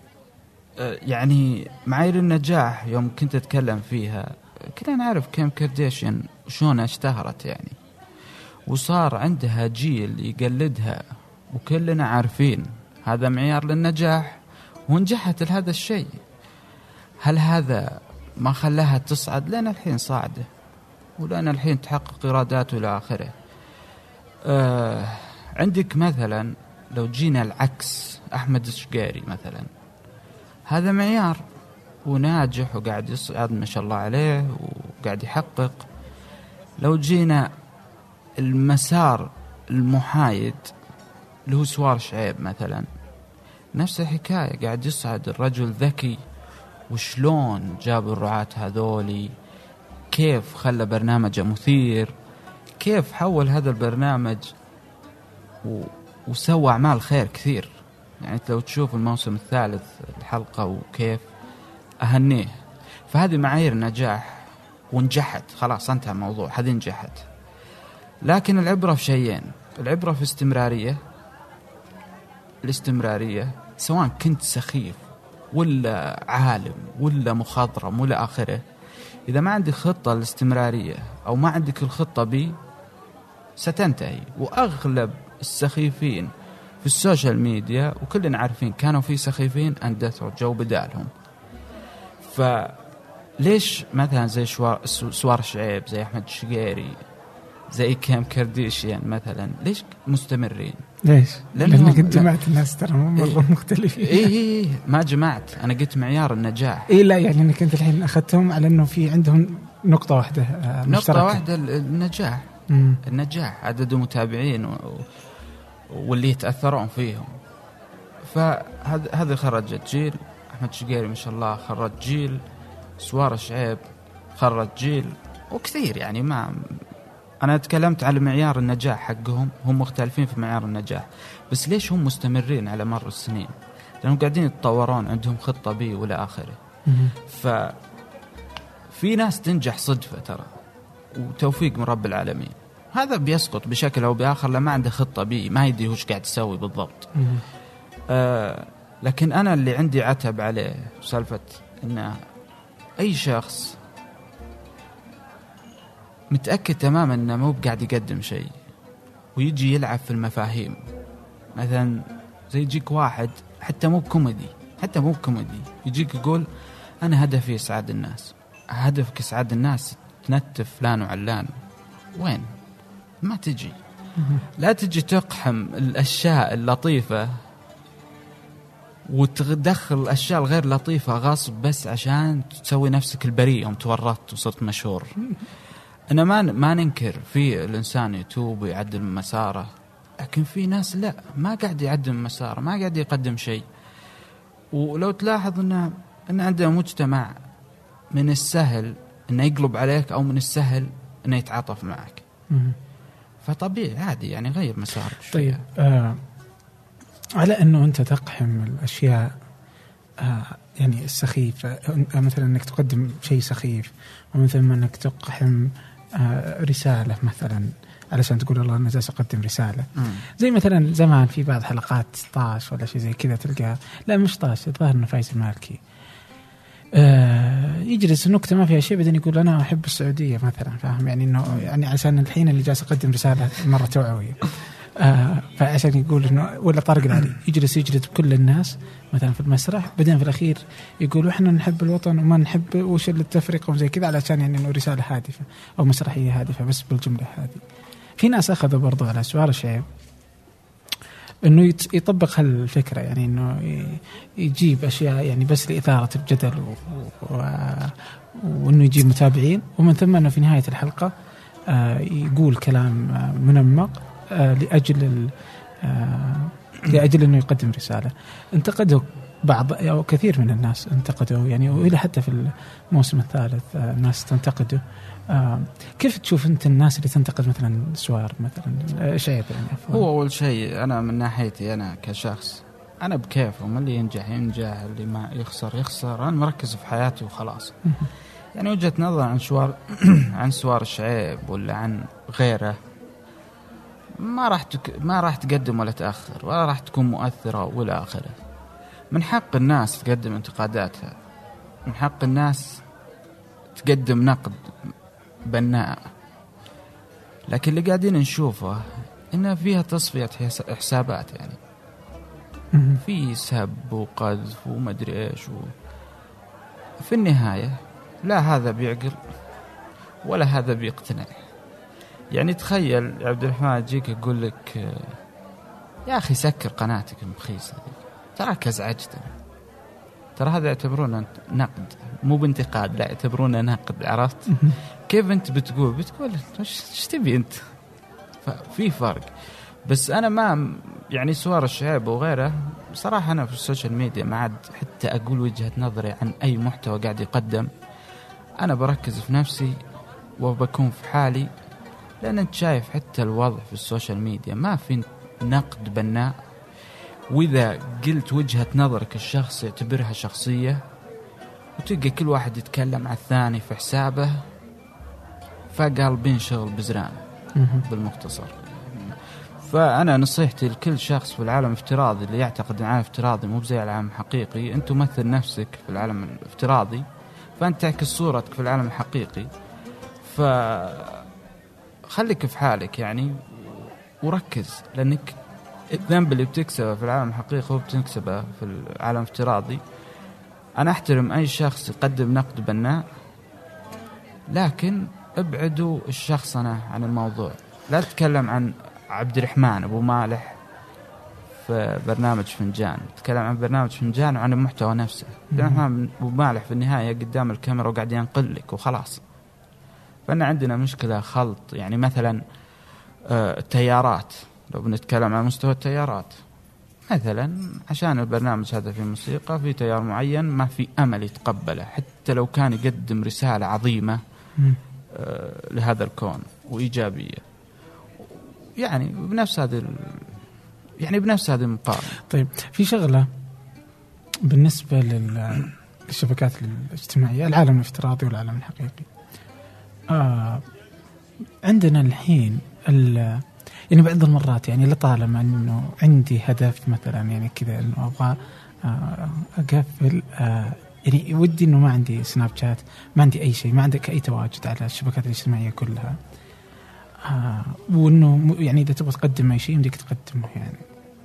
يعني معايير النجاح يوم كنت أتكلم فيها كلنا نعرف كيم كارديشيان شلون اشتهرت يعني، وصار عندها جيل يقلدها، وكلنا عارفين هذا معيار للنجاح، ونجحت لهذا الشيء. هل هذا ما خلاها تصعد؟ لنا الحين صاعدة، ولنا الحين تحقق إيرادات إلى آخره. آه عندك مثلا لو جينا العكس، أحمد الشقيري مثلا، هذا معيار وناجح وقاعد يصعد ما شاء الله عليه وقاعد يحقق. لو جينا المسار المحايد اللي هو سوار شعيب مثلا، نفس الحكاية، قاعد يصعد الرجل ذكي، وشلون جاب الرعاة هذولي، كيف خلى برنامجه مثير، كيف حول هذا البرنامج و... وسوى أعمال خير كثير. يعني لو تشوف الموسم الثالث الحلقة وكيف أهنيه. فهذه معايير نجاح، ونجحت خلاص انتهى الموضوع، هذه نجحت. لكن العبرة في شيئين، العبرة في استمرارية. الاستمرارية سواء كنت سخيف ولا عالم ولا مخضرم ولا آخره، إذا ما عندك خطة الاستمرارية أو ما عندك الخطة بي ستنتهي. وأغلب السخيفين في السوشيال ميديا وكلنا عارفين كانوا في سخيفين أندثوا جو بدالهم. فليش مثلا زي سوار شعيب، زي أحمد الشقيري، زي كيم كارديشيان مثلا، ليش مستمرين؟ ليش؟ لأنك جمعت الناس ترى مرة إيه مختلفين. إيه إيه ما جمعت، أنا قلت معيار النجاح. إيه لا يعني أنك أنت الحين أخذتهم على أنه في عندهم نقطة واحدة مشتركة. نقطة واحدة، النجاح. مم. النجاح، عدد المتابعين و... واللي يتأثرون فيهم. فهذا هذا خرجت جيل. أحمد شقيري ما شاء الله خرج جيل، سوار شعيب خرج جيل، وكثير يعني. ما أنا تكلمت على معيار النجاح حقهم، هم مختلفين في معيار النجاح، بس ليش هم مستمرين على مر السنين؟ لأنهم قاعدين يتطورون، عندهم خطة بي ولا آخره. ففي ناس تنجح صدفة ترى، وتوفيق من رب العالمين. هذا بيسقط بشكل أو بآخر لما عنده خطة بي، ما يدري وش قاعد يسوي بالضبط. آه لكن أنا اللي عندي عتب عليه سالفة إن أي شخص متأكد تماما إنه مو قاعد يقدم شيء ويجي يلعب في المفاهيم. مثلا زي يجيك واحد حتى مو كوميدي، حتى مو كوميدي يجيك يقول أنا هدفي إسعاد الناس. هدفك إسعاد الناس؟ تنتف فلان وعلان، وين؟ ما تجي. لا تجي تقحم الأشياء اللطيفة وتدخل الأشياء الغير لطيفة غصب بس عشان تسوي نفسك البريء يوم تورطت وصرت مشهور. أنا ما ما ننكر في الإنسان يتوب ويعدل من مساره، لكن في ناس لا، ما قاعد يعدل من مساره، ما قاعد يقدم شيء. ولو تلاحظ إن إن عندنا مجتمع من السهل إنه يقلب عليك، أو من السهل إنه يتعاطف معك. فطبيعي عادي يعني غير مسارك. طيب آه على أنه أنت تقحم الأشياء آه يعني السخيفة، مثلا أنك تقدم شيء سخيف، ومن ثم أنك تقحم آه رسالة مثلا علشان تقول الله أنا جالس أقدم رسالة. مم. زي مثلا زمان في بعض حلقات طاش ولا شيء زي كذا تلقى، لا مش طاش، الظاهر إنه فايز المالكي آه يجلس نكتة ما فيها شيء، بعدين يقول أنا أحب السعودية مثلا، فاهم يعني إنه يعني عشان الحين اللي جالس أقدم رسالة مرة توعوية. آه فعشان يقول إنه، ولا طارق العلي يجلس يجلد بكل الناس مثلا في المسرح، بعدين في الأخير يقول إحنا نحب الوطن وما نحب وش اللي التفرقة وزي كذا، علشان يعني إنه رسالة هادفة أو مسرحية هادفة بس بالجملة هذه. في ناس أخذوا برضو على سوار شعيب إنه يطبق هالفكرة، يعني إنه يجيب أشياء يعني بس لإثارة الجدل و... و... وإنه يجيب متابعين، ومن ثم إنه في نهاية الحلقة آه يقول كلام منمق آه لأجل ال... آه لأجل إنه يقدم رسالة. انتقده بعض أو كثير من الناس انتقدوا يعني، وإلى حتى في الموسم الثالث الناس تنتقده. آه كيف تشوف أنت الناس اللي تنتقد مثلا سوار مثلا شيء يعني؟ هو أول شيء أنا من ناحيتي أنا كشخص أنا بكيفهم، اللي ينجح ينجح، اللي ما يخسر يخسر، أنا مركز في حياتي وخلاص. يعني وجهة نظر عن سوار عن سوار الشعيب ولا عن غيره ما راح تك... ما راح تقدم ولا تأخر ولا راح تكون مؤثرة ولا آخره. من حق الناس تقدم انتقاداتها، من حق الناس تقدم نقد بناء، لكن اللي قاعدين نشوفه إنها فيها تصفية حسابات، يعني في سب وقذف ومدري إيش و... في النهاية لا هذا بيعقل ولا هذا بيقتنع. يعني تخيل يا عبد الرحمن يجيك يقول لك يا أخي سكر قناتك المخيسة دي، تراك أزعجتنا، ترى هذا يعتبرونه نقد مو بانتقاد، لا يعتبرونه نقد. عرفت كيف أنت بتقول بتقول إيش تبي أنت؟ ففي فرق. بس أنا ما يعني سوار الشعيب وغيره صراحة أنا في السوشيال ميديا ما عاد حتى أقول وجهة نظري عن أي محتوى قاعد يقدم. أنا بركز في نفسي وبكون في حالي، لأن أنت شايف حتى الوضع في السوشيال ميديا ما في نقد بناء، وإذا قلت وجهة نظرك الشخص يعتبرها شخصية، وتلقى كل واحد يتكلم على الثاني في حسابه، فقال بينشغل بزران بالمختصر. فأنا نصيحتي لكل شخص في العالم الافتراضي اللي يعتقد العالم الافتراضي مو زي العالم الحقيقي، أنت تمثل نفسك في العالم الافتراضي فأنت تعكس صورتك في العالم الحقيقي، فخليك في حالك يعني وركز، لأنك الذنب اللي بتكسبه في العالم الحقيقي هو بتكسبه في العالم الافتراضي. أنا أحترم أي شخص يقدم نقد بناء، لكن ابعدوا الشخصنة عن الموضوع. لا تتكلم عن عبد الرحمن أبو مالح في برنامج فنجان، تتكلم عن برنامج فنجان وعن المحتوى نفسه. عبد الرحمن أبو مالح في النهاية قدام الكاميرا وقاعد ينقل لك وخلاص. فإن عندنا مشكلة خلط. يعني مثلا التيارات، لو بنتكلم عن مستوى التيارات مثلا، عشان البرنامج هذا في موسيقى في تيار معين ما في أمل يتقبله حتى لو كان يقدم رسالة عظيمة لهذا الكون وإيجابية. يعني بنفس هذا يعني بنفس هذا المقارنة. طيب في شغلة بالنسبة للشبكات الاجتماعية، العالم الافتراضي والعالم الحقيقي. آه عندنا الحين يعني بعض المرات يعني لطالما أنه عندي هدف مثلا يعني كذا أنه أبغى آه أقفل آه يعني ودي أنه ما عندي سناب شات، ما عندي أي شيء، ما عندك أي تواجد على الشبكات الاجتماعية كلها. آه وإنه يعني إذا تبغى تقدم أي شيء يمديك تقدمه يعني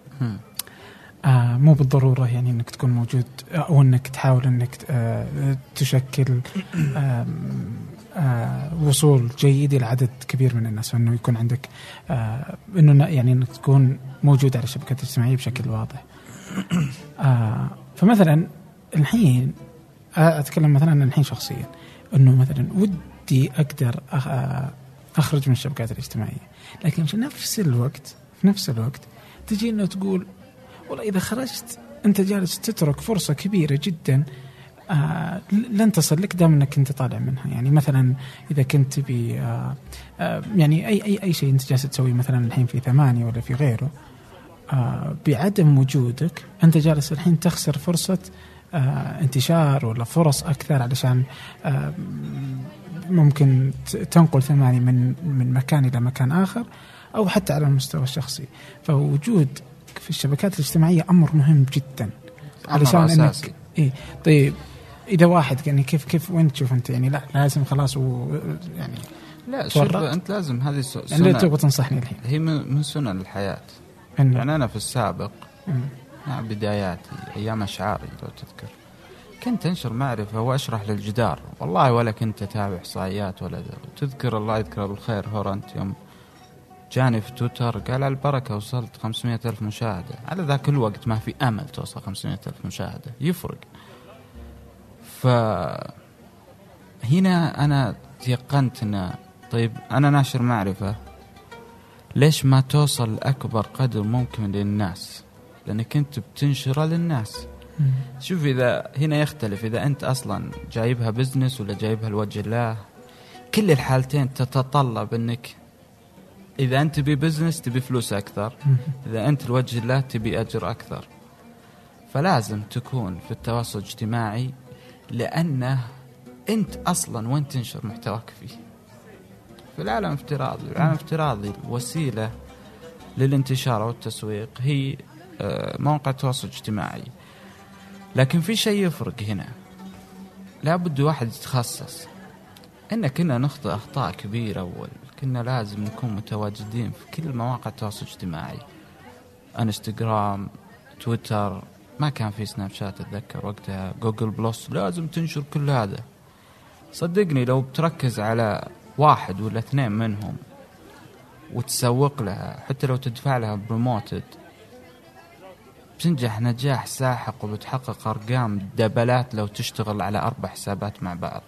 آه مو بالضرورة يعني إنك تكون موجود أو إنك تحاول إنك آه تشكل آه آه وصول جيد إلى عدد كبير من الناس، وإنه يكون عندك آه إنه يعني إنك تكون موجود على الشبكات الاجتماعية بشكل واضح. آه فمثلا الحين آه أتكلم مثلا الحين شخصيا إنه مثلا ودي أقدر آه أخرج من الشبكات الاجتماعية، لكن في نفس الوقت في نفس الوقت تجي إنه تقول والله إذا خرجت أنت جالس تترك فرصة كبيرة جدا آه لن تصل لك دام أنك أنت طالع منها. يعني مثلا إذا كنت بي آه آه يعني أي أي أي شيء أنت جالس تسوي مثلا الحين في ثمانية ولا في غيره، آه بعدم وجودك أنت جالس الحين تخسر فرصة آه انتشار ولا فرص أكثر، علشان آه ممكن تنقل ثمانية من من مكان إلى مكان آخر، أو حتى على المستوى الشخصي. فوجود في الشبكات الاجتماعية أمر مهم جدا علشان إنك إيه. طيب إذا واحد يعني كيف كيف وين تشوف أنت يعني لا لازم خلاص و يعني لا شوف أنت لازم هذه سنة يعني تبغى تنصحني الحين هي من سنن الحياة. يعني أنا في السابق مع بداياتي أيام أشعاري لو تذكر كنت أنشر معرفة وأشرح للجدار والله، ولا كنت أتابع إحصائيات ولا ده. تذكر الله يذكره بالخير هورنت يوم جاني في تويتر قال على البركة وصلت خمسمائة ألف مشاهدة. على ذاك الوقت ما في أمل توصل خمسمائة ألف مشاهدة، يفرق. فهنا أنا تيقنت أن طيب أنا ناشر معرفة، ليش ما توصل لأكبر قدر ممكن للناس؟ لأنك أنت بتنشره للناس. شوف إذا هنا يختلف، إذا أنت أصلا جايبها بزنس ولا جايبها لوجه الله، كل الحالتين تتطلب أنك إذا أنت تبي بزنس تبي فلوس أكثر، إذا أنت لوجه الله تبي أجر أكثر. فلازم تكون في التواصل الاجتماعي، لأنه أنت أصلا وين تنشر محتواك فيه. في العالم افتراضي، العالم افتراضي وسيلة للانتشار والتسويق هي موقع التواصل الاجتماعي. لكن في شيء يفرق هنا، لابد واحد يتخصص. إن كنا نخطئ أخطاء كبيرة أول، كنا لازم نكون متواجدين في كل مواقع التواصل الاجتماعي، انستغرام، تويتر، ما كان في سناب شات أتذكر وقتها، جوجل بلس، لازم تنشر كل هذا. صدقني لو بتركز على واحد ولا اثنين منهم وتسوق لها، حتى لو تدفع لها بروموتد، بتنجح نجاح ساحق وبتحقق أرقام دبلات لو تشتغل على أربع حسابات مع بعض.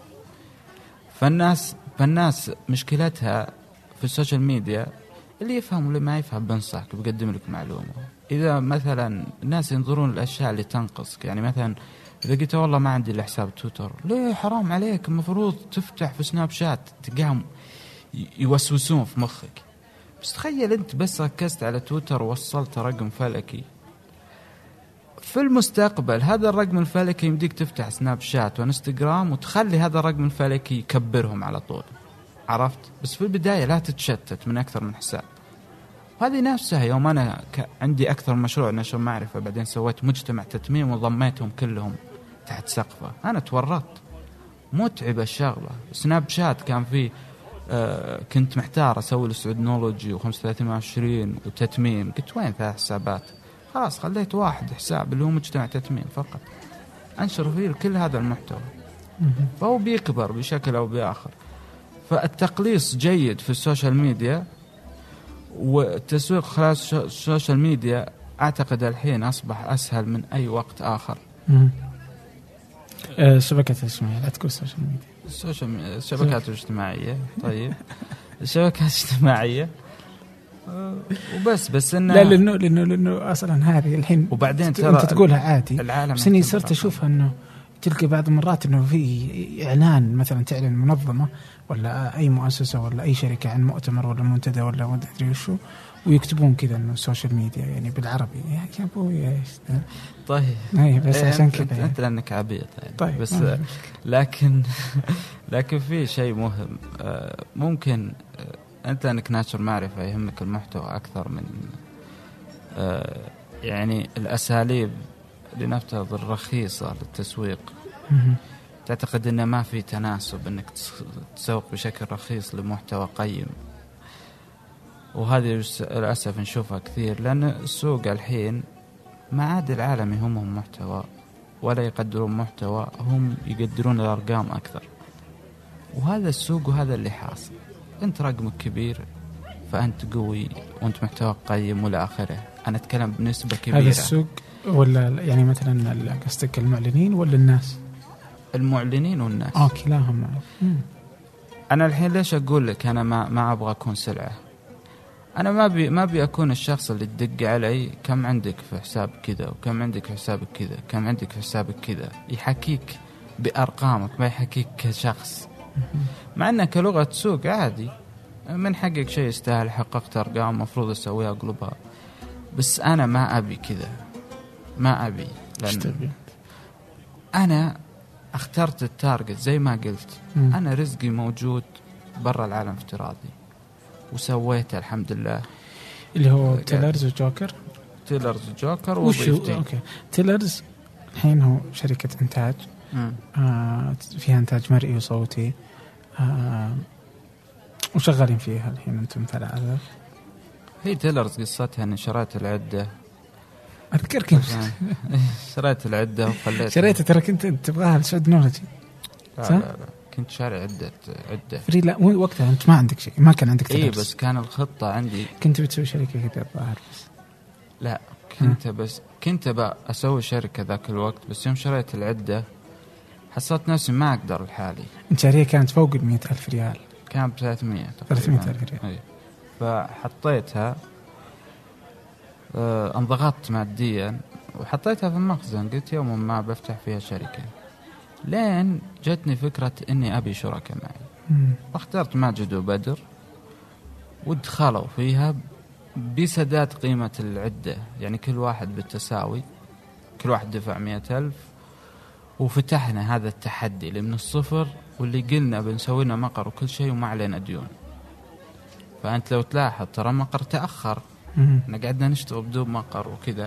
فالناس فالناس مشكلتها في السوشيال ميديا، اللي يفهم واللي ما يفهم بنصحك بقدم لك معلومة. إذا مثلا الناس ينظرون الأشياء اللي تنقصك، يعني مثلا إذا قلت والله ما عندي لحساب تويتر، ليه حرام عليك، المفروض تفتح في سناب شات، تقام يوسوسون في مخك. بس تخيل أنت بس ركزت على تويتر ووصلت رقم فلكي، في المستقبل هذا الرقم الفلكي يمديك تفتح سناب شات وانستغرام وتخلي هذا الرقم الفلكي يكبرهم على طول، عرفت؟ بس في البداية لا تتشتت من أكثر من حساب. هذه نفسها يوم أنا عندي أكثر مشروع نشر معرفة، بعدين سويت مجتمع تتميم وضميتهم كلهم تحت سقفه، أنا تورطت، متعبة الشغلة. سناب شات كان فيه آه كنت محتار أسوي السعودنولوجي وخمسة ثلاثين وعشرين وتتميم، قلت وين ثلاث حسابات؟ خلاص خليت واحد حساب اللي هو مجتمع تتميم فقط، أنشر فيه كل هذا المحتوى، فهو بيكبر بشكل أو بآخر. فالتقليص جيد في السوشيال ميديا، والتسويق خلال السوشيال ميديا أعتقد الحين أصبح أسهل من أي وقت آخر. الشبكات الاجتماعية، لا تقول السوشيال ميديا، السوشيال الشبكات الاجتماعية. طيب الشبكات الاجتماعية وبس بس إنه لا لأنه لأنه لأنه أصلا هذه الحين وبعدين ترى أنت تقولها عادي، بس إني صرت العالم. أشوفها إنه تلقى بعض المرات إنه في إعلان مثلا تعلن منظمة ولا أي مؤسسة ولا أي شركة عن مؤتمر ولا منتدى ولا ما أدري وشو، ويكتبون كذا إنه السوشيال ميديا يعني بالعربي، يا أبوي إيش. طيب أي بس إيه عشان أنت, كذا يعني. أنت لأنك عبيط يعني. طيب بس لكن لكن في شيء مهم، ممكن أنت أنك ناشر معرفة يهمك المحتوى أكثر من يعني الأساليب لنفترض الرخيصة للتسويق. تعتقد أنه ما في تناسب أنك تسوق بشكل رخيص لمحتوى قيم، وهذه للأسف نشوفها كثير، لأن السوق الحين ما عاد العالم يهمهم محتوى ولا يقدرون محتوى، هم يقدرون الأرقام أكثر. وهذا السوق وهذا اللي حاصل. أنت رقمك كبير فأنت قوي وأنت محتوى قيم ولا آخره. أنا أتكلم بنسبة كبيرة. هذا السوق ولا يعني مثلا قصدك المعلنين ولا الناس؟ المعلنين والناس. آه كلاهم. أنا الحين ليش أقول لك أنا ما ما أبغى أكون سلعة؟ أنا ما بي ما بي أكون الشخص اللي تدق علي كم عندك في حساب كذا وكم عندك في حسابك كذا كم عندك في حسابك كذا، يحكيك بأرقامك ما يحكيك كشخص. مع أنه كلغة سوق عادي، من حقك شيء يستاهل، حققت أرقام مفروض أسويها أقلبها، بس أنا ما أبي كذا، ما أبي. لأن أنا اخترت التارجت زي ما قلت. م. أنا رزقي موجود برا العالم افتراضي وسويته الحمد لله، اللي هو تيلرز وجوكر. تيلرز وجوكر وضيفتي. أوكي. تيلرز الحين هو شركة إنتاج آه فيها إنتاج مرئي وصوتي، آه وشغالين فيها الحين أنتم ثلاثة. هي تيلرز قصتها أن شريت العدة، أذكر كيف شريت العدة وخليتها. شريتها ترى كنت تبغاها لسعودنولوجي. لا, لا لا كنت شاري عدة عدة فري. لا وقتها أنت ما عندك شيء، ما كان عندك تيلرز. إيه بس كان الخطة عندي كنت بتسوي شركة كده الظاهر. بس لا كنت بس كنت بقى أسوي شركة ذاك الوقت، بس يوم شريت العدة حسيت نفسي ما أقدر الحالي. أنت شارية كانت فوق المئة ألف ريال. كان بثلاثمية ثلاثمية ألف ريال. أيه. فحطيتها، آه انضغطت ماديا وحطيتها في المخزن، قلت يوم ما بفتح فيها شركة. لين جتني فكرة إني أبي شركة معي، واخترت ماجد وبدر ودخلوا فيها بسداد قيمة العدة، يعني كل واحد بالتساوي، كل واحد دفع مئة ألف، وفتحنا هذا التحدي اللي من الصفر، واللي قلنا بنسوي لنا مقر وكل شيء وما علينا ديون. فأنت لو تلاحظ ترى مقر تأخر، قعدنا نشتغل بدون مقر وكذا.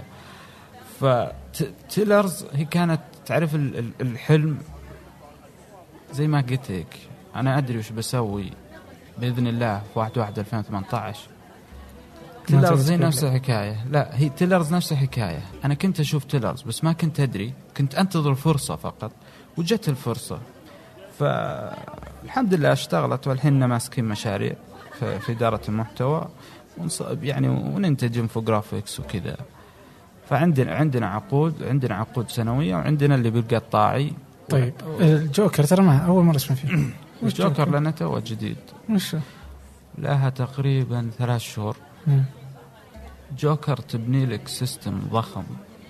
فتيلرز هي كانت تعرف الحلم، زي ما قلت لك أنا أدري وش بسوي بإذن الله في واحد واحد ألفين وثمانية عشر. تيلرز هي نفس الحكاية. لا هي تيلرز نفس الحكاية. أنا كنت أشوف تيلرز بس ما كنت أدري، كنت أنتظر فرصة فقط، وجت الفرصة. فالحمد لله اشتغلت، والحين ماسكين مشاريع في إدارة المحتوى يعني، وننتج انفوجرافيكس وكذا. فعندنا عندنا عقود، عندنا عقود سنوية، وعندنا اللي بالقطاعي. طيب و... الجوكر ترى ما أول مرة اسمع فيه. الجوكر لنا تو جديد، وش لها تقريبا ثلاث شهور. مم. جوكر تبني لك سيستم ضخم.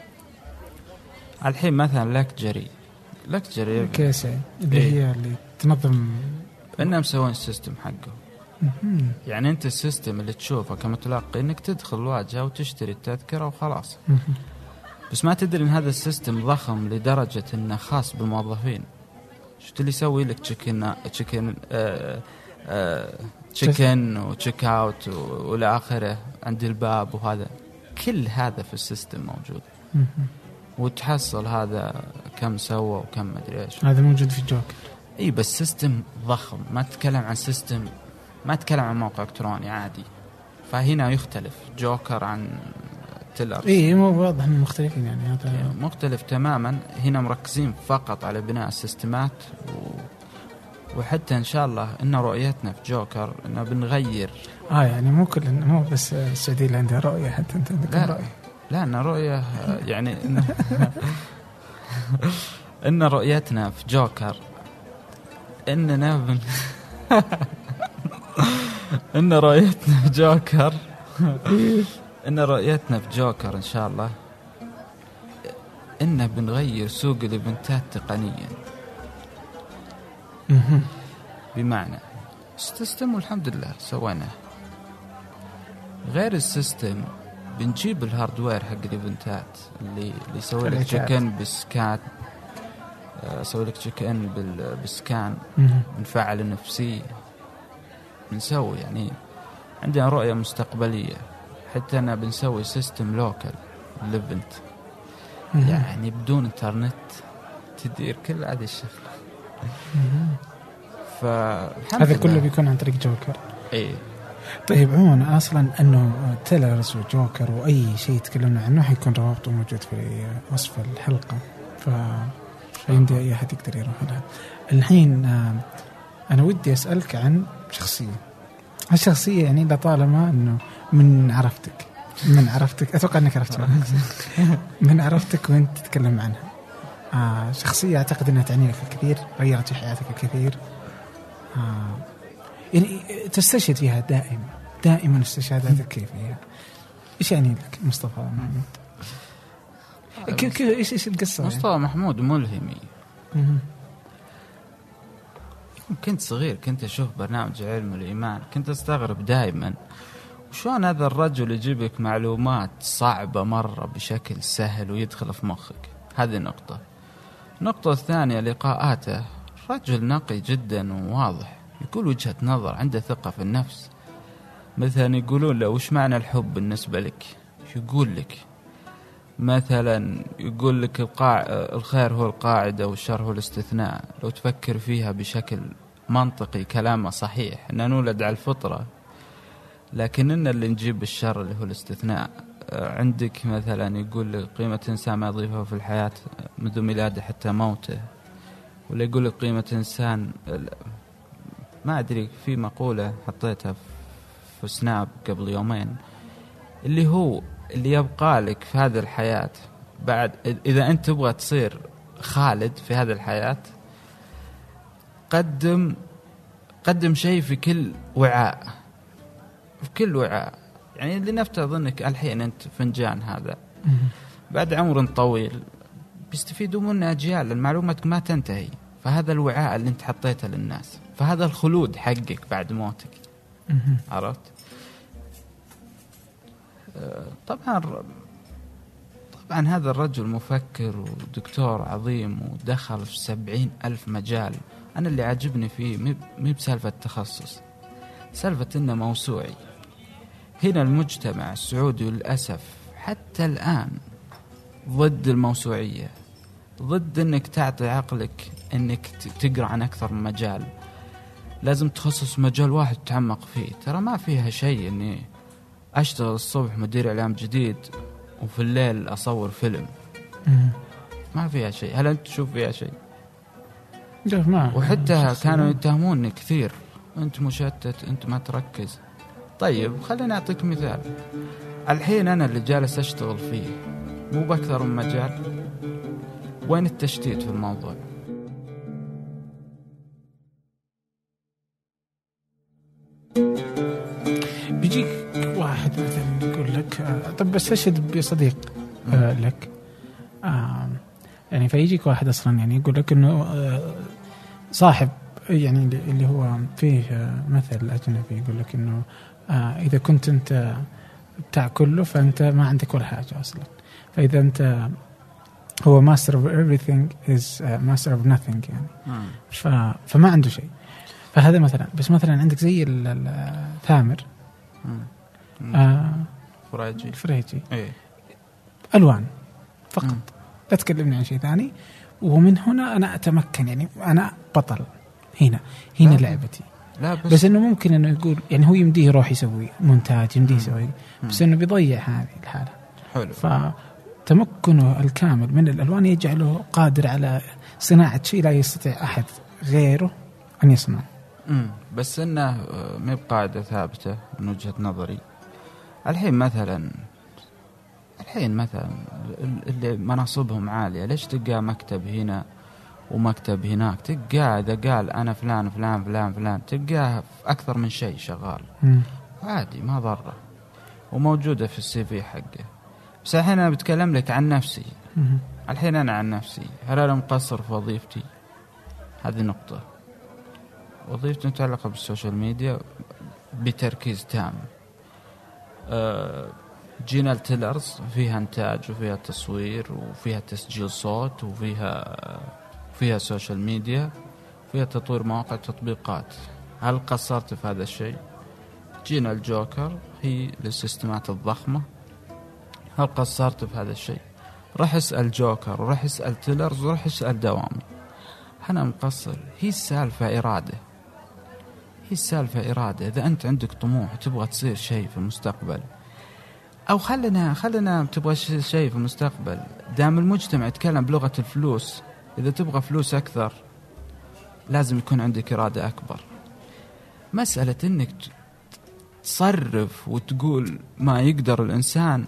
الحين مثلا لكجري لكجري كيسة اللي إيه؟ هي اللي تنظم، إنهم مسوين السيستم حقه. يعني أنت السيستم اللي تشوفه كمتلقي إنك تدخل الواجهة وتشتري التذكرة وخلاص. بس ما تدري إن هذا السيستم ضخم لدرجة إنه خاص بالموظفين. شفت اللي يسوي لك تشيكن تشيكن آه آه تشيكن وتشيك اوت والى اخره عند الباب، وهذا كل هذا في السيستم موجود. وتحصل هذا كم سوى وكم مدري ايش. هذا موجود في الجوكر. اي بس سيستم ضخم، ما تتكلم عن سيستم، ما تتكلم عن موقع الكتروني عادي. فهنا يختلف جوكر عن تيلرز. اي مو واضح انهم مختلفين يعني. هذا مختلف تماما. هنا مركزين فقط على بناء السيستمات و... وحتى إن شاء الله إن رؤيتنا في جوكر إنه بنغير. آه يعني مو كل مو بس السعودية اللي عندها رؤية، حتى أنت عندك رؤية. لا إن رؤية يعني إن, إن رؤيتنا في جوكر إننا بن إن رؤيتنا في جوكر إن رؤيتنا في جوكر إن شاء الله إن بنغير سوق الإيفنتات تقنيا. بمعنى السيستم والحمد لله سويناه، غير السيستم بنجيب الهاردوير حق الايفنتات اللي اللي يسوي لك تشيك ان بالسكان، يسوي لك تشيك ان بالسكان، بنفعل النفسي، بنسوي يعني عندنا رؤية مستقبلية. حتى أنا بنسوي سيستم لوكال للإيفنت، يعني بدون انترنت تدير كل هذه الشغلة. هذا كله بيكون عن طريق جوكر. ايه. طيب عموما اصلا انه تيلرز وجوكر واي شيء تكلمنا عنه حيكون روابطه موجود في وصف الحلقه، فعندي اي احد يقدر يروح لها. الحين انا ودي اسالك عن شخصيه الشخصيه يعني لطالما انه من عرفتك من عرفتك اتوقع انك عرفتها من عرفتك وانت تتكلم عنها. آه شخصيه اعتقد انها تعني لك الكثير، غيرت في حياتك الكثير. آه يعني تستشهد فيها دائما دائما استشهاداتك كيف هي؟ ايش يعني لك مصطفى محمود؟ كيف ايش ايش القصه؟ مصطفى يعني؟ محمود ملهمي. كنت صغير كنت اشوف برنامج علم الايمان، كنت استغرب دائما وشون هذا الرجل يجيبك معلومات صعبه مره بشكل سهل ويدخل في مخك. هذه نقطه. النقطه الثانيه لقاءاته، رجل نقي جدا وواضح، يقول وجهة نظر، عنده ثقة في النفس. مثلا يقولون له وش معنى الحب بالنسبة لك، يقول لك مثلا يقول لك القاع الخير هو القاعدة والشر هو الاستثناء. لو تفكر فيها بشكل منطقي كلامه صحيح، إن نولد على الفطرة لكن إن اللي نجيب الشر اللي هو الاستثناء. عندك مثلا يقول لك قيمة إنسان ما يضيفه في الحياة منذ ميلاده حتى موته. ولا يقول لك قيمة إنسان، ما أدري، في مقولة حطيتها في سناب قبل يومين، اللي هو اللي يبقى لك في هذه الحياة بعد، إذا أنت تبغى تصير خالد في هذه الحياة، قدم قدم شيء في كل وعاء، في كل وعاء. يعني اللي نفترض أنك الحين أنت فنجان هذا، بعد عمر طويل بيستفيدوا منه أجيال، المعلومات ما تنتهي. فهذا الوعاء اللي انت حطيته للناس، فهذا الخلود حقك بعد موتك. عرفت؟ طبعا طبعا هذا الرجل مفكر ودكتور عظيم ودخل في سبعين ألف مجال. أنا اللي عجبني فيه مي بسالفة تخصص، سالفة إنه موسوعي. هنا المجتمع السعودي للأسف حتى الآن ضد الموسوعية، ضد إنك تعطي عقلك إنك تقرأ عن أكثر من مجال. لازم تخصص مجال واحد تتعمق فيه. ترى ما فيها شيء إني أشتغل الصبح مدير إعلام جديد وفي الليل أصور فيلم. ما فيها شيء. هل أنت تشوف فيها شيء؟ وحتى كانوا يتهموني كثير، أنت مشتت، أنت ما تركز. طيب خليني أعطيك مثال. الحين أنا اللي جالس أشتغل فيه مو بأكثر من مجال. وين التشتيت في الموضوع؟ بيجيك واحد مثلا يقول لك طب بس أشهد بصديق آه لك آه يعني، فيجيك واحد أصلا يعني يقول لك إنه آه صاحب يعني اللي هو فيه آه مثل أجنبي يقول لك إنه آه إذا كنت أنت بتاع كله فأنت ما عندك ولا حاجة أصلا. فإذا أنت هو master of everything is master of nothing يعني. ف فما عنده شيء. فهذا مثلا. بس مثلا عندك زي الثامر آه فريجي فريجي ايه. ألوان فقط. مم. لا تكلمني عن شيء ثاني. ومن هنا أنا أتمكن يعني أنا بطل. هنا هنا لا لعبتي. لا بس, بس إنه ممكن إنه يقول يعني هو يمديه يروح يسوي مونتاج، يمديه يسوي، بس إنه بيضيع هذه الحالة. حلو. فتمكنه الكامل من الألوان يجعله قادر على صناعة شيء لا يستطيع أحد غيره أن يصنع. امم بس إنه ما بقاعدة ثابتة من وجهة نظري. الحين مثلا الحين مثلا اللي مناصبهم عالية، ليش تلقى مكتب هنا ومكتب هناك؟ تلقاه إذا قال أنا فلان فلان فلان فلان تلقاه في أكثر من شيء شغال. مم. عادي ما ضره وموجودة في السي في حقه. بس الحين أنا بتكلم لك عن نفسي. مم. الحين أنا عن نفسي، هل أنا مقصر في وظيفتي؟ هذه نقطة. وظيفتي متعلقة بالسوشيال ميديا بتركيز تام. أه جينا التيلرز فيها إنتاج وفيها تصوير وفيها تسجيل صوت وفيها فيها سوشيال ميديا، فيها تطوير مواقع تطبيقات. هل قصرت في هذا الشيء؟ جينا الجوكر هي للسيستمات الضخمة، هل قصرت في هذا الشيء؟ راح اسأل جوكر وراح اسأل تيلرز وراح اسأل دوامي. أنا مقصر. هي السالفة إرادة. هي السالفة إرادة. إذا أنت عندك طموح تبغى تصير شيء في المستقبل، أو خلنا خلنا تبغى شيء في المستقبل، دام المجتمع يتكلم بلغة الفلوس، إذا تبغى فلوس أكثر لازم يكون عندك إرادة أكبر. مسألة إنك تصرف وتقول ما يقدر الإنسان،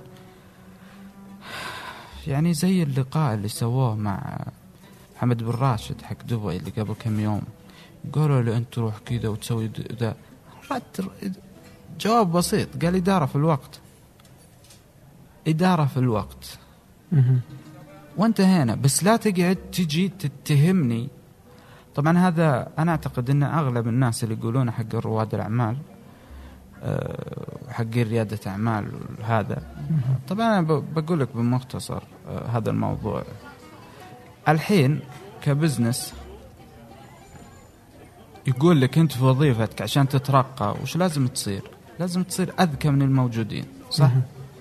يعني زي اللقاء اللي سووه مع محمد بن راشد حق دبي اللي قبل كم يوم، قالوا له أنت تروح كذا وتسوي ذا. جواب بسيط، قال إدارة في الوقت، إدارة في الوقت. وانتهينا. بس لا تقعد تجي تتهمني. طبعا هذا أنا أعتقد أن أغلب الناس اللي يقولون حق رواد الأعمال حق ريادة أعمال هذا، طبعا أنا بقول لك بمختصر هذا الموضوع. الحين كبزنس يقول لك أنت في وظيفتك عشان تترقى وش لازم تصير؟ لازم تصير أذكى من الموجودين، صح؟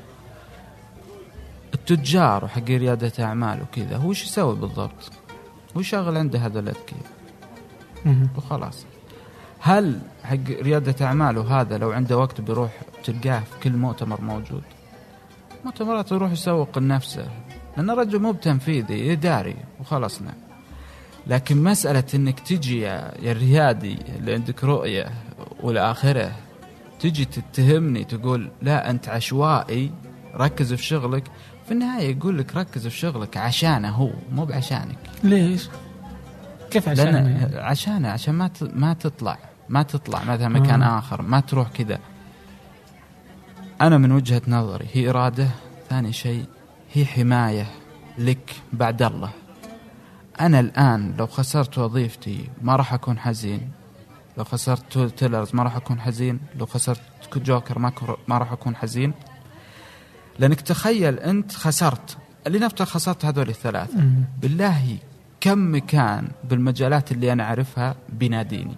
التجار وحق ريادة أعمال وكذا هو شو يسوي بالضبط؟ هو شغل عنده هذا الأذكياء وخلاص. هل حق ريادة أعمال وهذا لو عنده وقت بيروح تلقاه في كل مؤتمر موجود؟ مؤتمرات يروح يسوق لنفسه، لأن الرجل مو بتنفيذي إداري وخلصنا. لكن مسألة إنك تجي يا الريادي اللي عندك رؤية والآخرة تجي تتهمني تقول لا أنت عشوائي ركز في شغلك، في النهاية يقول لك ركز في شغلك عشانه هو مو بعشانك. ليش؟ كيف عشانه؟ عشانه عشان ما ما تطلع ما تطلع مثلا مكان آه. آخر، ما تروح كذا. أنا من وجهة نظري هي إرادة. ثاني شيء هي حماية لك بعد الله. أنا الآن لو خسرت وظيفتي ما راح أكون حزين، لو خسرت تيلرز ما راح أكون حزين، لو خسرت جوكر ما ما راح أكون حزين. لأنك تخيل أنت خسرت اللي نفترض خسرت هذول الثلاثة، بالله كم مكان بالمجالات اللي أنا أعرفها بناديني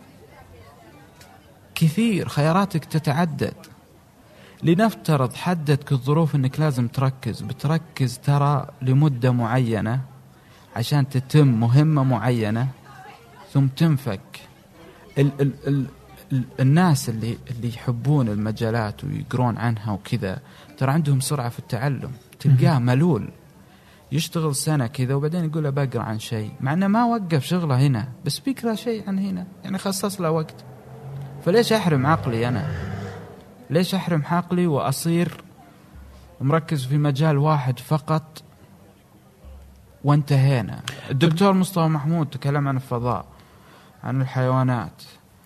كثير، خياراتك تتعدد. لنفترض حددك الظروف أنك لازم تركز، بتركز ترى لمدة معينة عشان تتم مهمة معينة ثم تنفك. ال ال ال ال الناس اللي اللي يحبون المجالات ويقرون عنها وكذا ترى عندهم سرعة في التعلم، تلقاه ملول يشتغل سنة كذا وبعدين يقول له بقرأ عن شيء، مع أنه ما وقف شغله هنا بس بيقرأ شيء عن هنا، يعني خصص له وقت. فليش أحرم عقلي أنا؟ ليش أحرم عقلي وأصير مركز في مجال واحد فقط وانتهينا؟ الدكتور مصطفى محمود تكلم عن الفضاء، عن الحيوانات.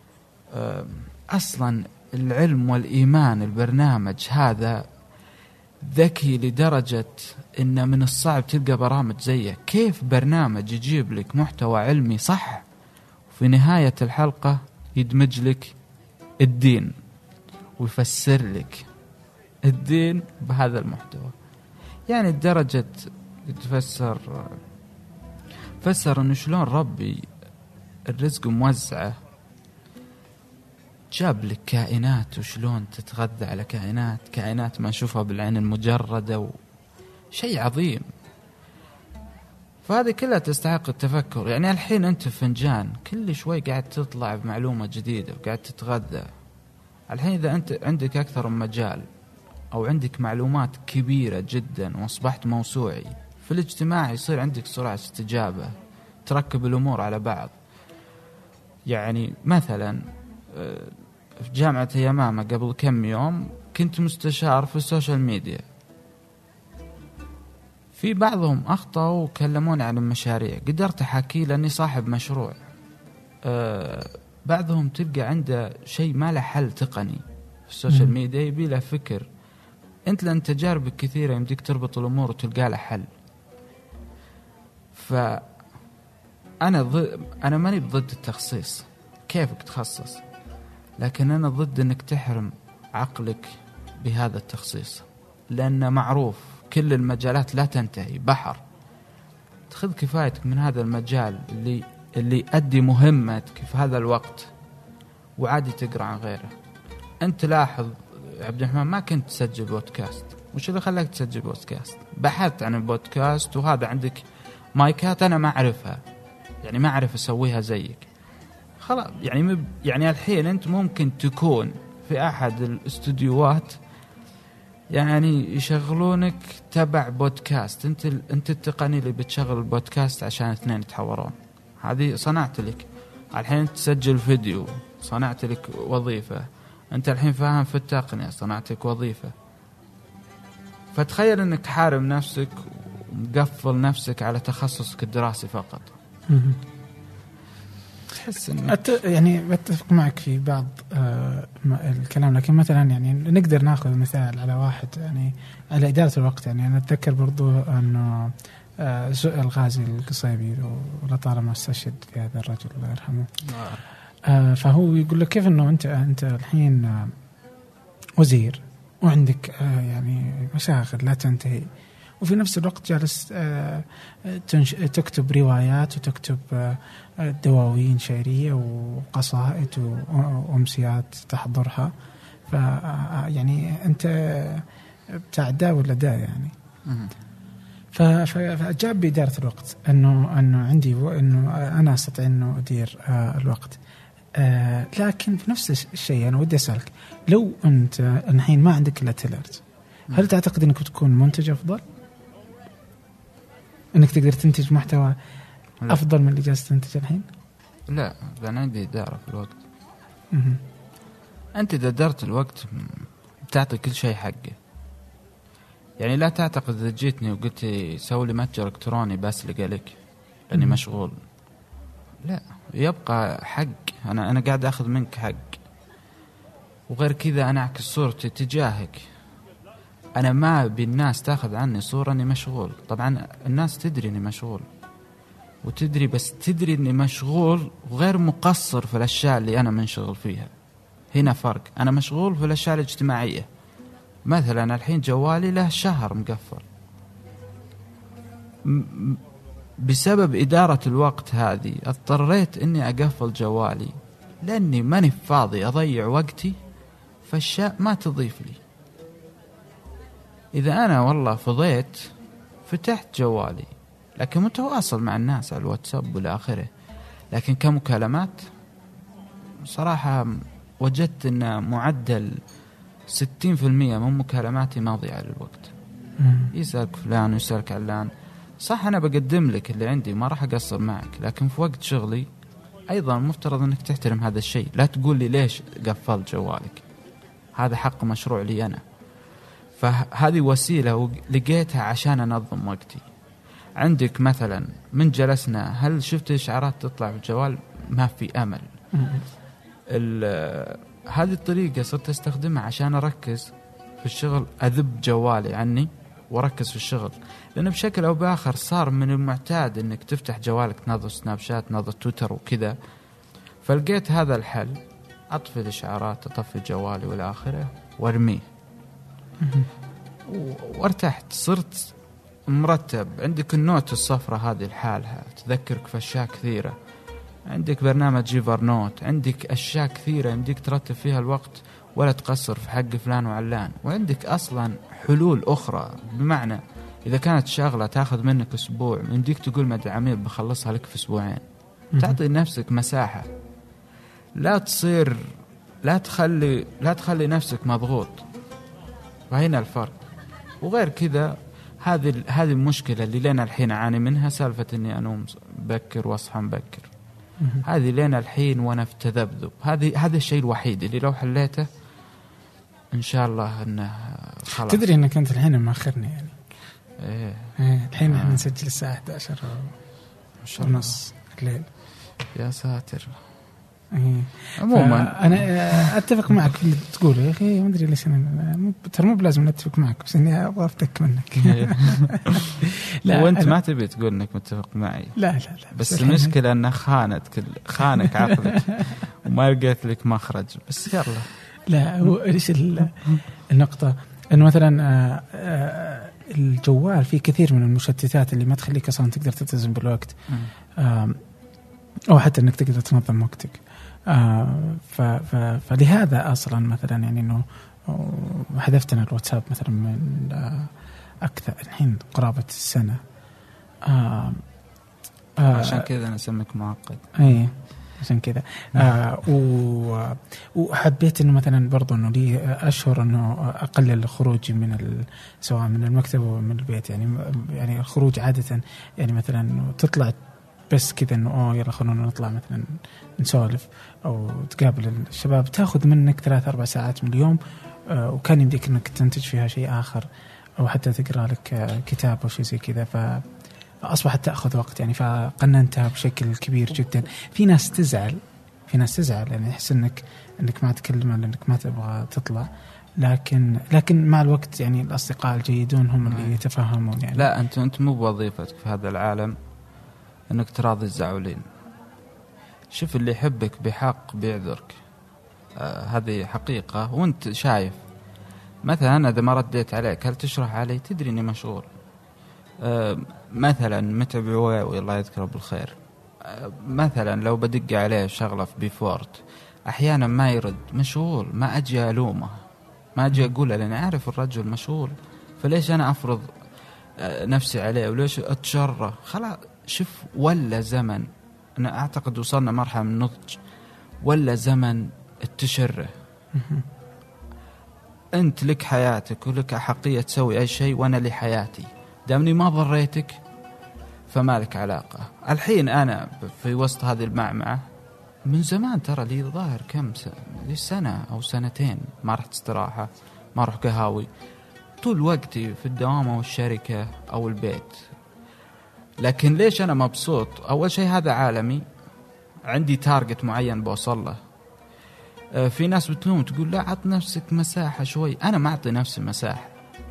أصلا العلم والإيمان البرنامج هذا ذكي لدرجة إن من الصعب تلقى برامج زيه. كيف برنامج يجيب لك محتوى علمي صح وفي نهاية الحلقة يدمج لك الدين ويفسر لك الدين بهذا المحتوى؟ يعني الدرجة تفسر فسر إنه شلون ربي الرزق موزعه، جاب لك كائنات وشلون تتغذى على كائنات كائنات ما نشوفها بالعين المجردة، شيء عظيم. فهذه كلها تستحق التفكر. يعني الحين أنت فنجان كل شوي قاعد تطلع بمعلومة جديدة وقاعد تتغذى. الحين إذا أنت عندك أكثر من مجال أو عندك معلومات كبيرة جدا وأصبحت موسوعي، في الاجتماع يصير عندك سرعة استجابة، تركب الأمور على بعض. يعني مثلا في جامعة يمامة قبل كم يوم كنت مستشار في السوشيال ميديا، في بعضهم أخطأوا وكلموني عن المشاريع، قدرت أحكي لأني صاحب مشروع. أه بعضهم تلقى عنده شيء ما له حل تقني في السوشيال ميديا، يبي له فكر. أنت لأن تجاربك كثيرة يمديك تربط الأمور وتلقى له حل. فأنا ضد، أنا ماني ضد التخصيص، كيفك تخصص، لكن أنا ضد أنك تحرم عقلك بهذا التخصيص، لأن معروف كل المجالات لا تنتهي، بحر. تأخذ كفايتك من هذا المجال اللي اللي يؤدي مهمتك في هذا الوقت وعادي تقرأ عن غيره. أنت لاحظ عبد الرحمن ما كنت تسجل بودكاست، وش اللي خلاك تسجل بودكاست؟ بحثت عن البودكاست وهذا عندك مايكات أنا ما أعرفها، يعني ما أعرف أسويها زيك. خلاص يعني مب... يعني الحين أنت ممكن تكون في أحد الاستوديوهات يعني يشغلونك تبع بودكاست، أنت ال... أنت التقني اللي بتشغل البودكاست عشان اثنين يتحورون. هذه صنعت لك. الحين تسجل فيديو، صنعت لك وظيفة. أنت الحين فاهم في التقنية، صنعت لك وظيفة. فتخيل أنك تحارم نفسك ومقفل نفسك على تخصصك الدراسي فقط. تحس أت... يعني بتفق معك في بعض آه الكلام، لكن مثلا يعني نقدر ناخذ مثال على واحد يعني على إدارة الوقت. يعني أنا أتذكر برضو أنه آه الغازي القصيبي ولطالما استشهد في هذا الرجل الله يرحمه. آه فهو يقول لك كيف أنه أنت أنت الحين آه وزير وعندك آه يعني مشاغل لا تنتهي، وفي نفس الوقت جالس آه تكتب روايات وتكتب آه دواوين شعرية وقصائد وأمسيات تحضرها. ف يعني أنت بتاع دا ولا دا يعني. فأجاب بإدارة الوقت إنه إنه عندي إنه أنا أستطيع إنه أدير آه الوقت. آه لكن في نفس الشيء أنا ودي أسألك، لو أنت الحين ما عندك إلا تيلرز، هل تعتقد إنك تكون منتج أفضل؟ إنك تقدر تنتج محتوى لا. أفضل من اللي جالس تنتج الحين؟ لا، أنا عندي إدارة في الوقت. م- أنت إذا دارت الوقت تعطي كل شيء حقه. يعني لا تعتقد إذا جيتني وقلت سوي لي متجر إلكتروني بس لقالك لأني م- مشغول. لا، يبقى حق. أنا أنا قاعد أخذ منك حق، وغير كذا أنا أعكس صورتي تجاهك. أنا ما بالناس تأخذ عني صورة أني مشغول. طبعا الناس تدري أني مشغول وتدري، بس تدري أني مشغول وغير مقصر في الأشياء اللي أنا منشغل فيها. هنا فرق. أنا مشغول في الأشياء الاجتماعية، مثلا الحين جوالي له شهر مقفل بسبب إدارة الوقت هذه. اضطريت أني أقفل جوالي لأني ماني فاضي أضيع وقتي في أشياء ما تضيف لي. إذا أنا والله فضيت فتحت جوالي، لكن متواصل مع الناس على الواتساب والآخره، لكن كمكالمات صراحة وجدت أن معدل ستين في المية من مكالماتي ماضية على الوقت. يسألك فلان ويسألك علان، صح أنا بقدم لك اللي عندي ما راح أقصر معك، لكن في وقت شغلي أيضا مفترض أنك تحترم هذا الشيء. لا تقول لي ليش قفلت جوالك، هذا حق مشروع لي أنا. فهذه وسيلة ولقيتها عشان أنظم وقتي. عندك مثلا من جلسنا، هل شفت إشعارات تطلع في الجوال؟ ما في أمل. هذه الطريقة صرت أستخدمها عشان أركز في الشغل، أذب جوالي عني وأركز في الشغل. لأنه بشكل أو بآخر صار من المعتاد أنك تفتح جوالك تنظر سناب شات، تنظر تويتر وكذا. فلقيت هذا الحل، أطفي الإشعارات، أطفي جوالي والآخرة وارميه وارتحت. صرت مرتب. عندك النوت الصفرة هذه لحالها تذكرك في أشياء كثيرة. عندك برنامج جيفر نوت، عندك أشياء كثيرة يمديك ترتب فيها الوقت ولا تقصر في حق فلان وعلان. وعندك أصلا حلول أخرى، بمعنى إذا كانت شغلة تأخذ منك أسبوع يمديك تقول مع العميل بخلصها لك في أسبوعين. تعطي نفسك مساحة، لا تصير لا تخلي لا تخلي نفسك مضغوط. وهنا الفرق. وغير كذا هذه هذه المشكلة اللي لنا الحين أعاني منها، سالفة إني أنوم بكر وأصحى مبكر. هذه لنا الحين وأنا في تذبذب. هذه هذا الشيء الوحيد اللي لو حليته إن شاء الله إنه خلاص. تدري إنك أنت الحين مأخرني يعني. إيه. إيه الحين إحنا آه. نسجل الساعة إحدى عشر ونص الليل. يا ساتر. إيه. عموما أنا أتفق معك في اللي تقوله يا أخي. ما أدري ليش أنا ترى مو بلازم نتفق معك، بس إني أبغى أفتك منك. لا وأنت أنا... ما تبي تقول إنك متفق معي. لا لا لا. بس, بس المشكلة أنها خانت كل خانك عقلك وما لقيت لك مخرج. بس يلا. لا هو إيش النقطة إنه مثلا آآ آآ الجوال فيه كثير من المشتتات اللي ما تخليك أصلا تقدر تلتزم بالوقت، أو حتى إنك تقدر تنظم وقتك. فلهذا أصلا مثلا يعني إنه حذفت أنا الواتساب مثلا من أكثر الحين قرابة السنة. آه آه عشان كذا أنا أسميك معقد. أي عشان كذا. آه وحبيت إنه مثلا برضو إنه لي أشهر إنه أقلل خروجي من سواء من المكتب أو من البيت. يعني يعني الخروج عادة يعني مثلا تطلع بس كذا إنه أوه يلا خلونا نطلع مثلا نسولف أو تقابل الشباب، تأخذ منك ثلاث أربع ساعات من اليوم. آه وكان يمديك إنك تنتج فيها شيء آخر، أو حتى تقرأ لك كتاب أو شيء زي كذا. فأصبحت تأخذ وقت يعني، فقننتها بشكل كبير جدا. في ناس تزعل في ناس تزعل يعني يحس إنك إنك ما تكلم ولا إنك ما تبغى تطلع، لكن لكن مع الوقت يعني الأصدقاء الجيدون هم اللي يتفهمون يعني. لا أنت أنت مو بوظيفتك في هذا العالم إنك تراضي الزعولين. شوف اللي يحبك بحق بيعذرك. آه هذه حقيقة. وانت شايف مثلا أنا إذا ما رديت عليك هل تشرح علي؟ تدري إني مشغول. آه مثلا متعب عواوي الله يذكره بالخير، آه مثلا لو بدق عليه شغلة في بيفورت أحيانا ما يرد، مشغول. ما أجي ألومه، ما أجي أقوله، لأن أعرف الرجل مشغول. فليش أنا أفرض آه نفسي عليه وليش أتشره؟ خلاص. شوف ولا زمن، أنا أعتقد وصلنا مرحلة من النضج، ولا زمن التشره. أنت لك حياتك ولك أحقية تسوي أي شيء، وأنا لي حياتي. دامني ما ضريتك فما لك علاقة. الحين أنا في وسط هذه المعمعة من زمان، ترى لي ظاهر كم سنة، لي سنة أو سنتين ما رحت استراحة، ما رح قهاوي. طول وقتي في الدوام أو الشركة أو البيت. لكن ليش أنا مبسوط؟ أول شيء هذا عالمي، عندي تارجت معين بوصل له. في ناس بتلوم تقول لا عط نفسك مساحة شوي. أنا ما أعطي نفسي مساحة.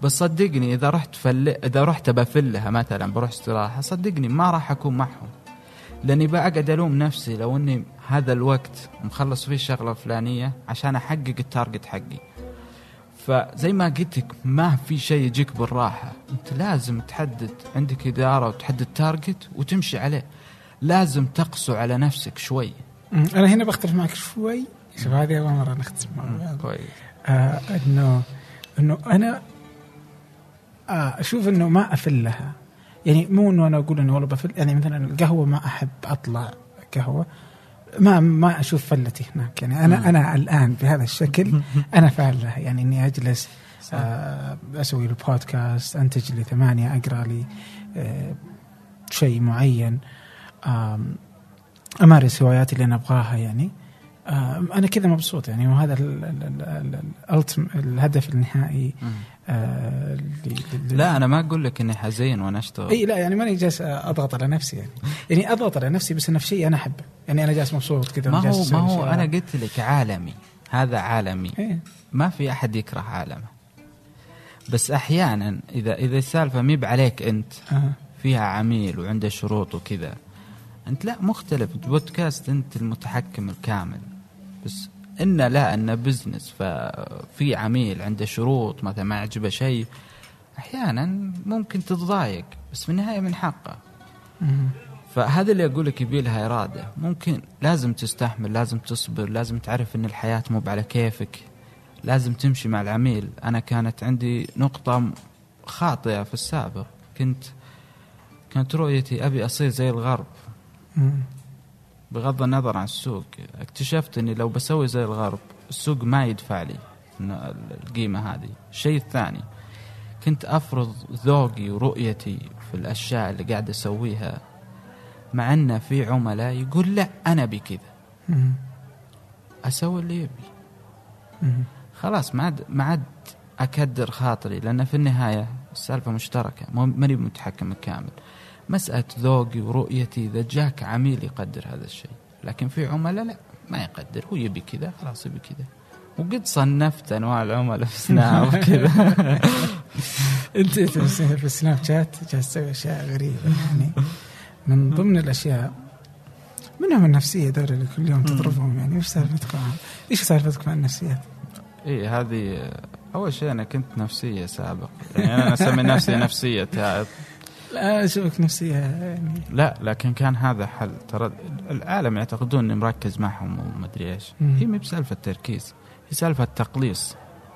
بس صدقني إذا رحت فل إذا رحت بفلها مثلا بروح استراحة، صدقني ما راح أكون معهم، لأني بقعد ألوم نفسي لو إني هذا الوقت مخلص فيه شغلة فلانية عشان أحقق التارجت حقي. فزي ما قلتك ما في شيء يجيك بالراحة، أنت لازم تحدد عندك إدارة وتحدد تارجت وتمشي عليه، لازم تقسو على نفسك شوي. أنا هنا بختلف معك شوي، شوف هذه أول مرة نختلف معك. كويس. آه إنه إنه أنا آه أشوف إنه ما أفلها، يعني مو إنه أنا أقول إنه والله بفل، يعني مثلا القهوة ما أحب أطلع قهوة، ما ما أشوف فلتي هناك، يعني أنا أنا الآن بهذا الشكل أنا فعلها، يعني إني أجلس آه أسوي البودكاست، أنتج لي ثمانية، أقرأ لي آه شيء معين، آه أمارس هواياتي اللي أنا أبغاها، يعني آه أنا كذا مبسوط يعني. وهذا ال ال ال الهدف النهائي. آه لا أنا ما أقول لك إني حزين وأنا أشتغل، أي لا، يعني ماني جالس أضغط على نفسي، يعني يعني أضغط على نفسي بس إنه في شيء أنا أحبه، يعني أنا جالس مبسوط كذا. ما هو ما هو أنا قلت لك عالمي، هذا عالمي. إيه؟ ما في أحد يكره عالمه، بس أحيانا إذا إذا السالفة ميب عليك أنت، أه. فيها عميل وعنده شروط وكذا، أنت لا مختلف، بودكاست أنت المتحكم الكامل. بس إن لا إن بزنس، ففي عميل عنده شروط مثلا ما يعجبه شيء، أحيانا ممكن تتضايق، بس في النهاية من حقه. فهذا اللي أقولك يبيلها إرادة، ممكن لازم تستحمل، لازم تصبر، لازم تعرف إن الحياة مو على كيفك، لازم تمشي مع العميل. أنا كانت عندي نقطة خاطئة في السابق، كنت كانت رؤيتي أبي أصير زي الغرب بغض النظر عن السوق. اكتشفت أني لو بسوي زي الغرب السوق ما يدفع لي القيمة هذه. الشيء الثاني، كنت أفرض ذوقي ورؤيتي في الأشياء اللي قاعد أسويها، مع أن في عملاء يقول لا أنا بكذا أسوي اللي يبي، خلاص ما عاد ما عاد أكدر خاطري، لأن في النهاية السالفة مشتركة، ماني متحكم كامل. مسألة ذوقي ورؤيتي، إذا جاك عميل يقدر هذا الشيء، لكن في عملاء لا ما يقدر، هو يبي كذا خلاص يبي كذا. وقد صنفت أنواع العملاء في سناب وكذا. أنت في السناب شات جالس تسوي أشياء غريبة، يعني من ضمن الأشياء منهم النفسية، دور اللي كل يوم تضربهم، يعني إيش سالفتك معهم؟ إيش سالفتك مع النفسيات؟ إيه هذه أول شيء، أنا كنت نفسية سابق، يعني أنا أسمي نفسي نفسية تعب. لا أشوفك نفسية يعني. لا لكن كان هذا حل. ترى العالم يعتقدون إني مركز معهم وما أدري إيش. هي مو بسالفة التركيز، هي سالفة التقليص.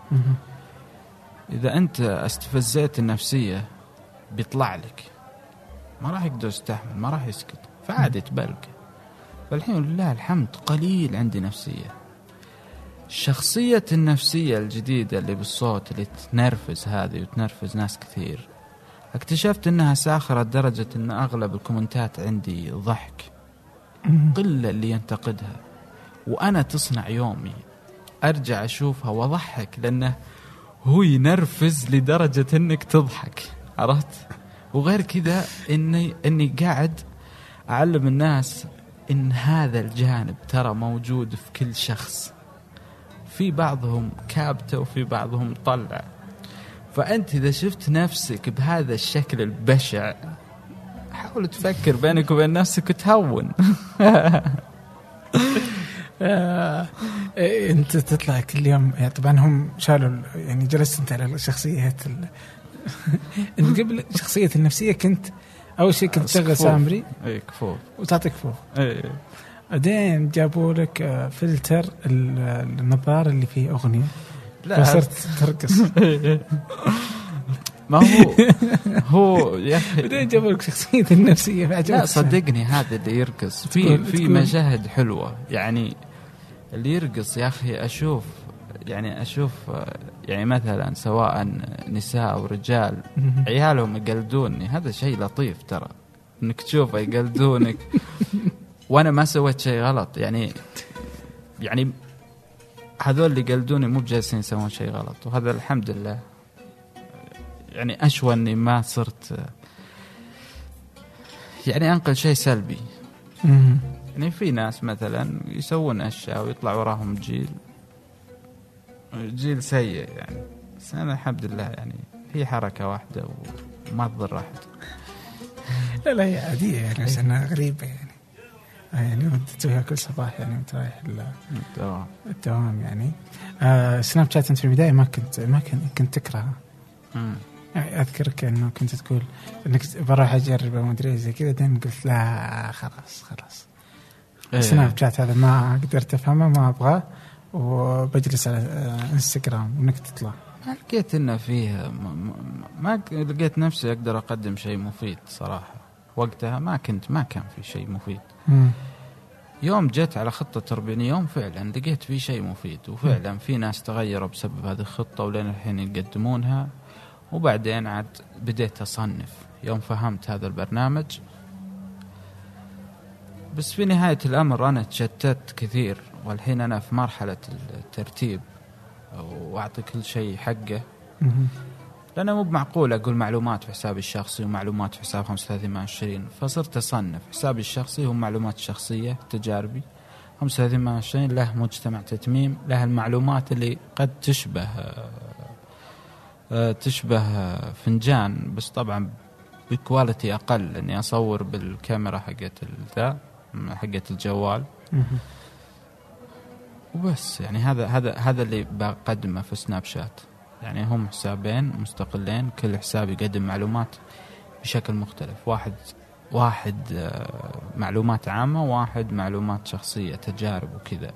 إذا أنت استفزيت النفسية بيطلع لك، ما راح يقدر يستحمل، ما راح يسكت، فعاد يتبلق. فالحين لله الحمد قليل عندي نفسية. الشخصية النفسية الجديدة اللي بالصوت اللي تنرفز هذه وتنرفز ناس كثير، اكتشفت انها ساخرة لدرجة ان اغلب الكومنتات عندي ضحك، قلة اللي ينتقدها، وانا تصنع يومي. ارجع اشوفها واضحك، لانه هو ينرفز لدرجة انك تضحك، عرفت؟ وغير كذا اني اني قاعد اعلم الناس ان هذا الجانب ترى موجود في كل شخص، في بعضهم كابته وفي بعضهم طلع. فأنت إذا شفت نفسك بهذا الشكل البشع، حاول تفكر بينك وبين نفسك وتهون. أنت تطلع كل يوم، يعني طبعا هم شالوا، يعني جلست أنت على الشخصية أنت قبل شخصية النفسية كنت أول شيء كنت تشغل سامري إيه كفوف وتعطيك كفوف، إيه بعدين جابوا لك فلتر النظارة اللي فيه أغنية، لا صرت ترقص. ما هو هو يا أخي بعدين جابوا لك شخصية النفسية. لا صدقني هذا اللي يرقص في في مشاهد حلوة، يعني اللي يرقص يا أخي أشوف، يعني أشوف يعني مثلا سواء نساء أو رجال عيالهم يقلدوني، هذا شيء لطيف ترى، إنك تشوفه يقلدونك وأنا ما سويت شيء غلط. يعني يعني هذول اللي قلدوني مو بجالسين يسوون شيء غلط، وهذا الحمد لله. يعني أشوى أني ما صرت يعني أنقل شيء سلبي. يعني في ناس مثلا يسوون أشياء ويطلع وراهم جيل جيل سيء، يعني بس أنا الحمد لله يعني هي حركة واحدة وما تضر أحد. لا لا هي عادية يعني، بس أنها غريبة يعني. يعني وانت تسويها كل صباح يعني وانت رايح الدوام الدوام يعني. آه سناب شات انت في البداية ما كنت ما كنت, كنت تكرهها. يعني اذكرك انه كنت تقول انك بروح اجرب وما ادري زي كذا، دائما قلت لا خلاص خلاص إيه. سناب شات هذا ما قدرت افهمه ما ابغاه، وبجلس على انستغرام وانك تطلع. ما لقيت انه فيه ما, ما لقيت نفسي اقدر اقدم شيء مفيد صراحة. وقتها ما كنت ما كان في شيء مفيد. مم. يوم جت على خطة أربعين يوم فعلا لقيت في شيء مفيد، وفعلا في ناس تغيروا بسبب هذه الخطة ولين الحين يقدمونها. وبعدين عاد بديت أصنف يوم فهمت هذا البرنامج. بس في نهاية الأمر أنا تشتت كثير، والحين أنا في مرحلة الترتيب وأعطي كل شيء حقه. لأنه مو بمعقول أقول معلومات في حسابي الشخصي ومعلومات في حساب خمسة وثلاثين مع عشرين، فصرت أصنف حسابي الشخصي هم معلومات شخصية تجاربي، خمسة وثلاثين مع عشرين له مجتمع تتميم، له المعلومات اللي قد تشبه تشبه فنجان بس طبعا بكواليتي أقل، إني أصور بالكاميرا حقت الذا حقت الجوال وبس. يعني هذا هذا هذا اللي بقدمه في سناب شات. يعني هم حسابين مستقلين، كل حساب يقدم معلومات بشكل مختلف. واحد واحد معلومات عامة، واحد معلومات شخصية تجارب وكذا.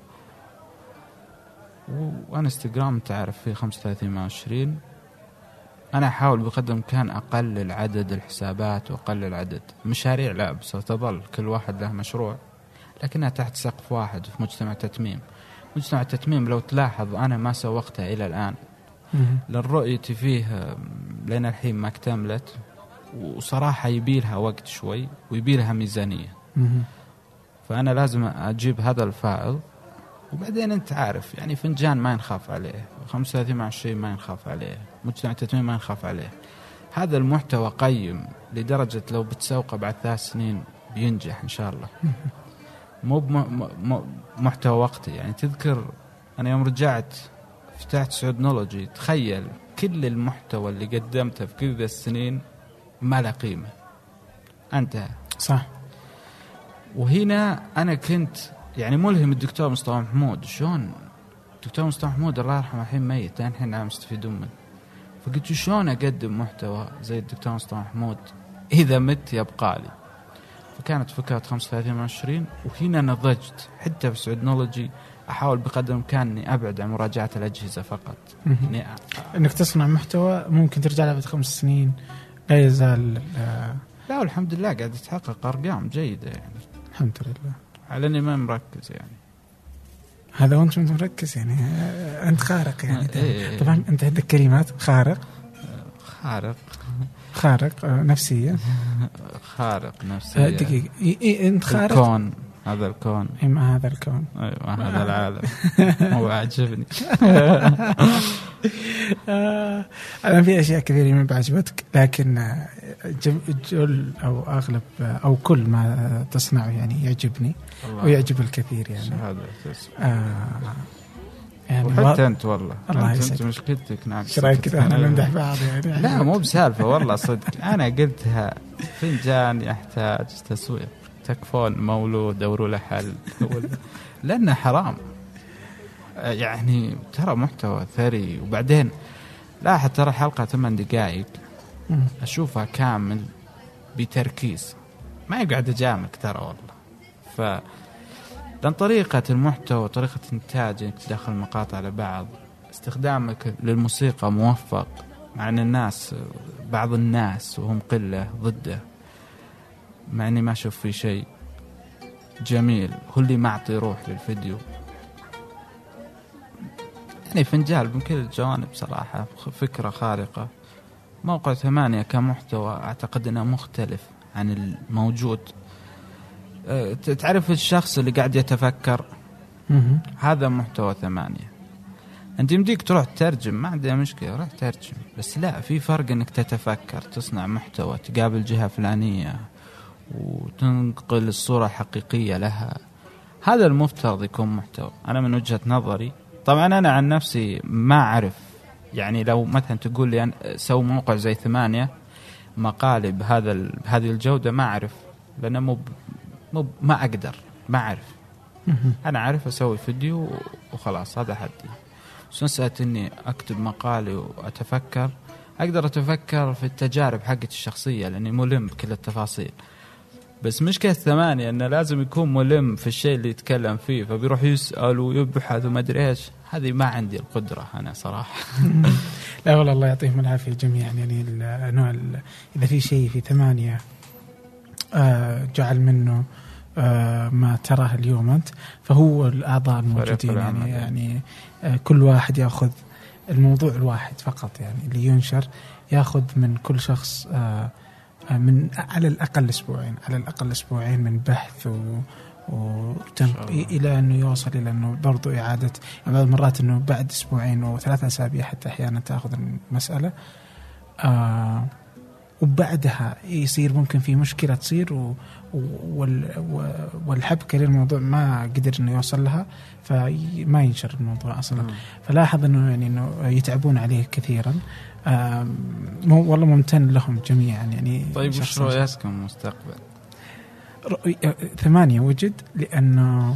وانستغرام تعرف فيه خمسة وثلاثين مع عشرين. أنا أحاول بقدر الإمكان أقلل عدد الحسابات وأقلل عدد مشاريع، لا بس تظل كل واحد له مشروع لكنها تحت سقف واحد في مجتمع تتميم. مجتمع التتميم لو تلاحظ أنا ما سوقتها إلى الآن، لأن رؤيتي فيه لين الحين ما اكتملت، وصراحة يبيلها وقت شوي ويبيلها ميزانية. فأنا لازم أجيب هذا الفائض، وبعدين أنت عارف يعني فنجان ما ينخاف عليه، خمسة وثلاثين مع عشرين ما ينخاف عليه، مجتمع التتميم ما ينخاف عليه. هذا المحتوى قيم لدرجة لو بتسوقه بعد ثلاث سنين بينجح إن شاء الله. مو محتوى وقتي. يعني تذكر أنا يوم رجعت فتحت سعودنولوجي، تخيل كل المحتوى اللي قدمته في كل ذا السنين ما له قيمة، انتهى. صح. وهنا أنا كنت يعني ملهم الدكتور مصطفى محمود. شلون الدكتور مصطفى محمود الله يرحمه الحين ميت، الحين عم يستفيدون منه. فقلت شلون أقدم محتوى زي الدكتور مصطفى محمود إذا مت يبقى لي. فكانت فكرة خمسة وثلاثين مع عشرين، وهنا نضجت حتى في سعودنولوجي. أحاول بقدر الإمكان إني أبعد عن مراجعة الأجهزة فقط. إني إنك تصنع محتوى ممكن ترجع له بعد خمس سنين لا يزال. لا والحمد لله قاعد يتحقق أرقام جيدة يعني. الحمد لله. على إني ما مركز يعني. هذا وأنت مركز يعني أنت خارق يعني. إيه. طبعا أنت عندك كلمات خارق خارق خارق نفسية خارق نفسية. دقيقة إيه أنت خارق الكون، هذا الكون. إيه ما هذا الكون. أيوة هذا العالم. هو عجبني. أنا في أشياء كثيرة من بعجبتك، لكن جل أو أغلب أو كل ما تصنعه يعني يعجبني ويعجب الكثير يعني. آه يعني وحتى أنت والله الله أنت, أنت مشكلتك ناقص. شرايك كذا احنا نمدح بعض يعني. لا مو بسالفة والله صدق. أنا قلتها فنجان يحتاج تسويق، تكفون مولود دوروا له حل لأنه حرام يعني. ترى محتوى ثري. وبعدين لاحظ ترى حلقة ثمان دقائق أشوفها كامل بتركيز، ما يقعد أجامك ترى والله. ف لأن طريقة المحتوى طريقة إنتاج إنك تدخل مقاطع على بعض، استخدامك للموسيقى موفق، مع أن الناس بعض الناس وهم قلة ضده، مع أني ما أشوف في شيء جميل، هو اللي معطي روح للفيديو يعني. فنجال من كل الجوانب صراحة، فكرة خارقة. موقع ثمانية كمحتوى أعتقد أنه مختلف عن الموجود. أه تعرف الشخص اللي قاعد يتفكر، هذا محتوى ثمانية. أنت يمديك تروح تترجم، ما عندها مشكلة، روح ترجم، بس لا، في فرق أنك تتفكر، تصنع محتوى، تقابل جهة فلانية وتنقل الصورة الحقيقية لها. هذا المفترض يكون محتوى. أنا من وجهة نظري، طبعا أنا عن نفسي ما أعرف يعني لو مثلا تقول لي أنا سوي موقع زي ثمانية مقالي بهذا بهذه الجودة ما أعرف، لأنه مو مو ما أقدر ما أعرف. أنا أعرف أسوي فيديو وخلاص هذا حدي. بس مسألة إني أكتب مقالي وأتفكر، أقدر أتفكر في التجارب حقتي الشخصية لأني ملم بكل التفاصيل. بس مشكلة ثمانية أنه لازم يكون ملم في الشيء اللي يتكلم فيه، فبيروح يسأل ويبحث وما أدري إيش. هذه ما عندي القدرة أنا صراحة. لا والله الله يعطيهم العافية جميعا. يعني النوع إذا في شيء في ثمانية آه جعل منه آه ما تراه اليوم أنت، فهو الأعضاء الموجودين يعني, يعني آه كل واحد يأخذ الموضوع الواحد فقط يعني اللي ينشر، يأخذ من كل شخص آه من على الأقل أسبوعين على الأقل أسبوعين من بحث و وتنق... إلى أنه يوصل إلى أنه برضو إعادة يعني بعض المرات أنه بعد أسبوعين وثلاثة أسابيع حتى أحيانا تأخذ المسألة آه وبعدها يصير ممكن في مشكلة تصير و... وال... والحبكة للموضوع ما قدر أنه يوصل لها فما ينشر الموضوع أصلا. فلاحظ أنه يعني أنه يتعبون عليه كثيرا. آه مو والله ممتن لهم جميعا يعني. طيب وش رؤيتكم المستقبل؟ ثمانية وجد لأنه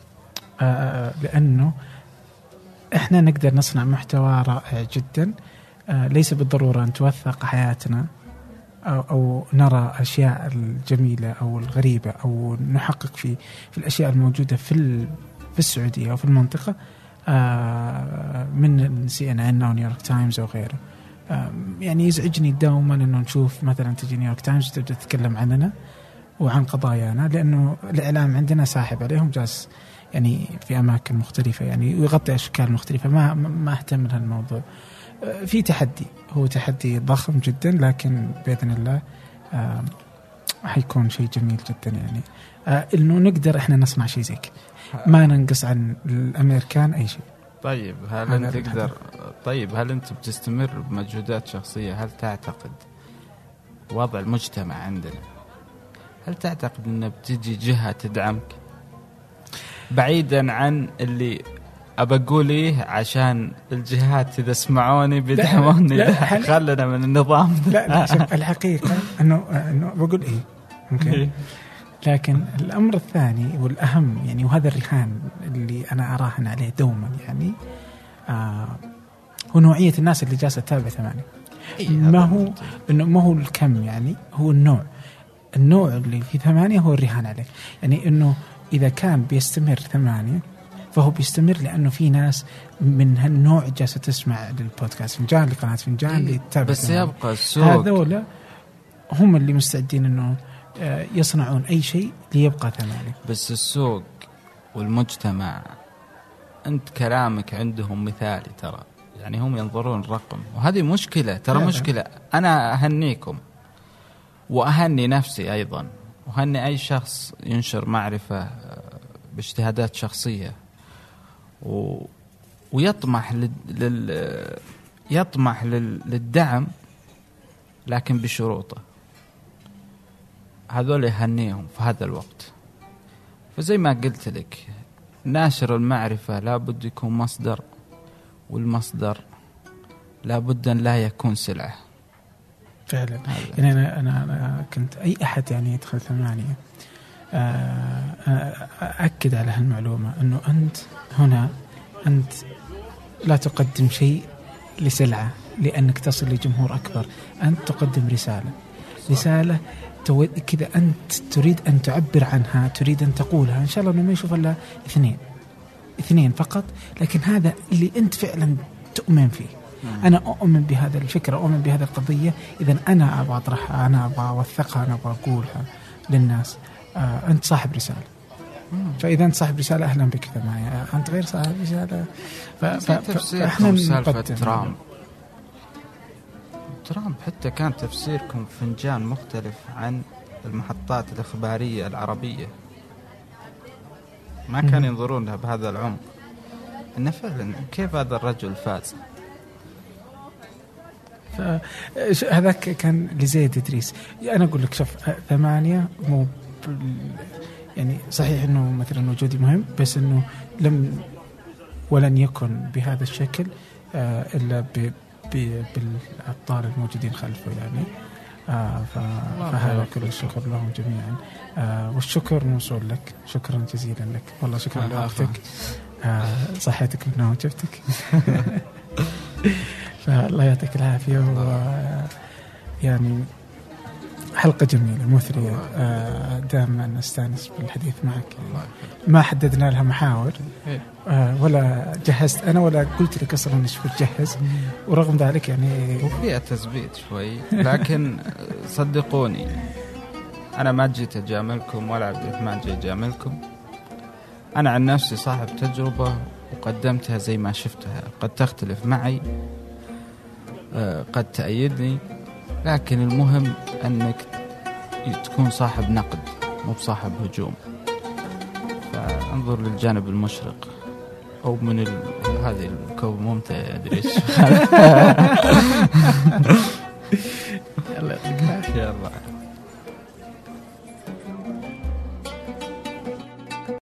آه لأنه إحنا نقدر نصنع محتوى رائع جدا. آه ليس بالضرورة أن توثق حياتنا أو, أو نرى أشياء الجميلة أو الغريبة أو نحقق في في الأشياء الموجودة في في السعودية أو في المنطقة آه من سي إن إن أو نيويورك تايمز أو غيره. آه يعني يزعجني دوما إنه نشوف مثلا تجي نيويورك تايمز تبدأ تتكلم عننا وعن قضايانا، لأنه الإعلام عندنا ساحب عليهم جالس يعني في أماكن مختلفة يعني ويغطي أشكال مختلفة. ما ما أهتم لهالموضوع. في تحدي، هو تحدي ضخم جدا، لكن بإذن الله آه حيكون شيء جميل جدا يعني آه إنه نقدر إحنا نصنع شيء زي كذا ما ننقص عن الأمريكان أي شيء. طيب هل أنت تقدر طيب هل أنت بتستمر بمجهودات شخصية؟ هل تعتقد وضع المجتمع عندنا، هل تعتقد أن بتجي جهة تدعمك بعيدا عن اللي أبقوليه عشان الجهات إذا سمعوني بيدعموني خلنا من النظام؟ لا لا شوف الحقيقة أنه أنه بقول إيه ممكن، لكن الأمر الثاني والأهم يعني وهذا الرهان اللي أنا أراهن عليه دوما يعني آه هو نوعية الناس اللي جالسة تتابع ثمانية. ما هو إنه ما هو الكم يعني، هو النوع النوع اللي في ثمانية هو الرهان عليه. يعني إنه إذا كان بيستمر ثمانية فهو بيستمر لأنه في ناس من هالنوع جالسة تسمع للبودكاست، فنجان لقناة فنجان اللي تتابع. بس يبقى السوق هذولا هم اللي مستعدين إنه يصنعون أي شيء ليبقى ثمانية. بس السوق والمجتمع أنت كلامك عندهم مثالي ترى، يعني هم ينظرون الرقم وهذه مشكلة ترى مشكلة. أنا أهنيكم وأهني نفسي أيضا وهني أي شخص ينشر معرفة باجتهادات شخصية و... ويطمح لل... لل... يطمح لل... للدعم لكن بشروطه. هذول يهنيهم في هذا الوقت. فزي ما قلت لك ناشر المعرفة لابد يكون مصدر، والمصدر لابد أن لا يكون سلعة فعلا. يعني أنا, أنا, أنا كنت أي أحد يعني يدخل ثمانية أأكد على هالمعلومة أنه أنت هنا أنت لا تقدم شيء لسلعة لأنك تصل لجمهور أكبر، أنت تقدم رسالة رسالة كذا أنت تريد أن تعبر عنها، تريد أن تقولها. إن شاء الله أنه ما يشوف إلا اثنين اثنين فقط، لكن هذا اللي أنت فعلا تؤمن فيه. أنا أؤمن بهذا الفكرة، أؤمن بهذا القضية، إذن أنا أبغى أطرحها، أنا أبغى أوثقها، أنا أبغى أقولها للناس. آه أنت صاحب رسالة. فإذا أنت صاحب رسالة أهلا بك معي، أنت غير صاحب رسالة ف... ف... فإحنا سالفة ترامب ترامب حتى كان تفسيركم فنجان مختلف عن المحطات الإخبارية العربية، ما كان ينظرون لها بهذا العمق. إنه فعلا كيف هذا الرجل فاز. هذاك كان لزيد إدريس. أنا أقول لك شوف ثمانية مو يعني صحيح إنه مثلا وجودي مهم، بس إنه لم ولن يكن بهذا الشكل آه إلا ب بالأبطال الموجودين خلفه يعني. آه فهذا كل الشكر لهم جميعا. آه والشكر موصول لك، شكرا جزيلا لك والله، شكرا لوقتك، آه صحتك من وجبتك. فالله يعطيك العافية. و يعني حلقة جميلة مثرية، آه دائما نستانس بالحديث معك. ما حددنا لها محاور آه ولا جهزت أنا ولا قلت لك أصلا إيش بتجهز، ورغم ذلك يعني وفيها تثبيت شوي، لكن صدقوني أنا ما جيت أجاملكم ولا عبد الرحمن جاي أجاملكم. أنا عن نفسي صاحب تجربة وقدمتها زي ما شفتها، قد تختلف معي آه قد تأيدني، لكن المهم أنك تكون صاحب نقد مو بصاحب هجوم. فانظر للجانب المشرق أو من ال... هذه الكوب ممتع أدري إيش. يلا يلا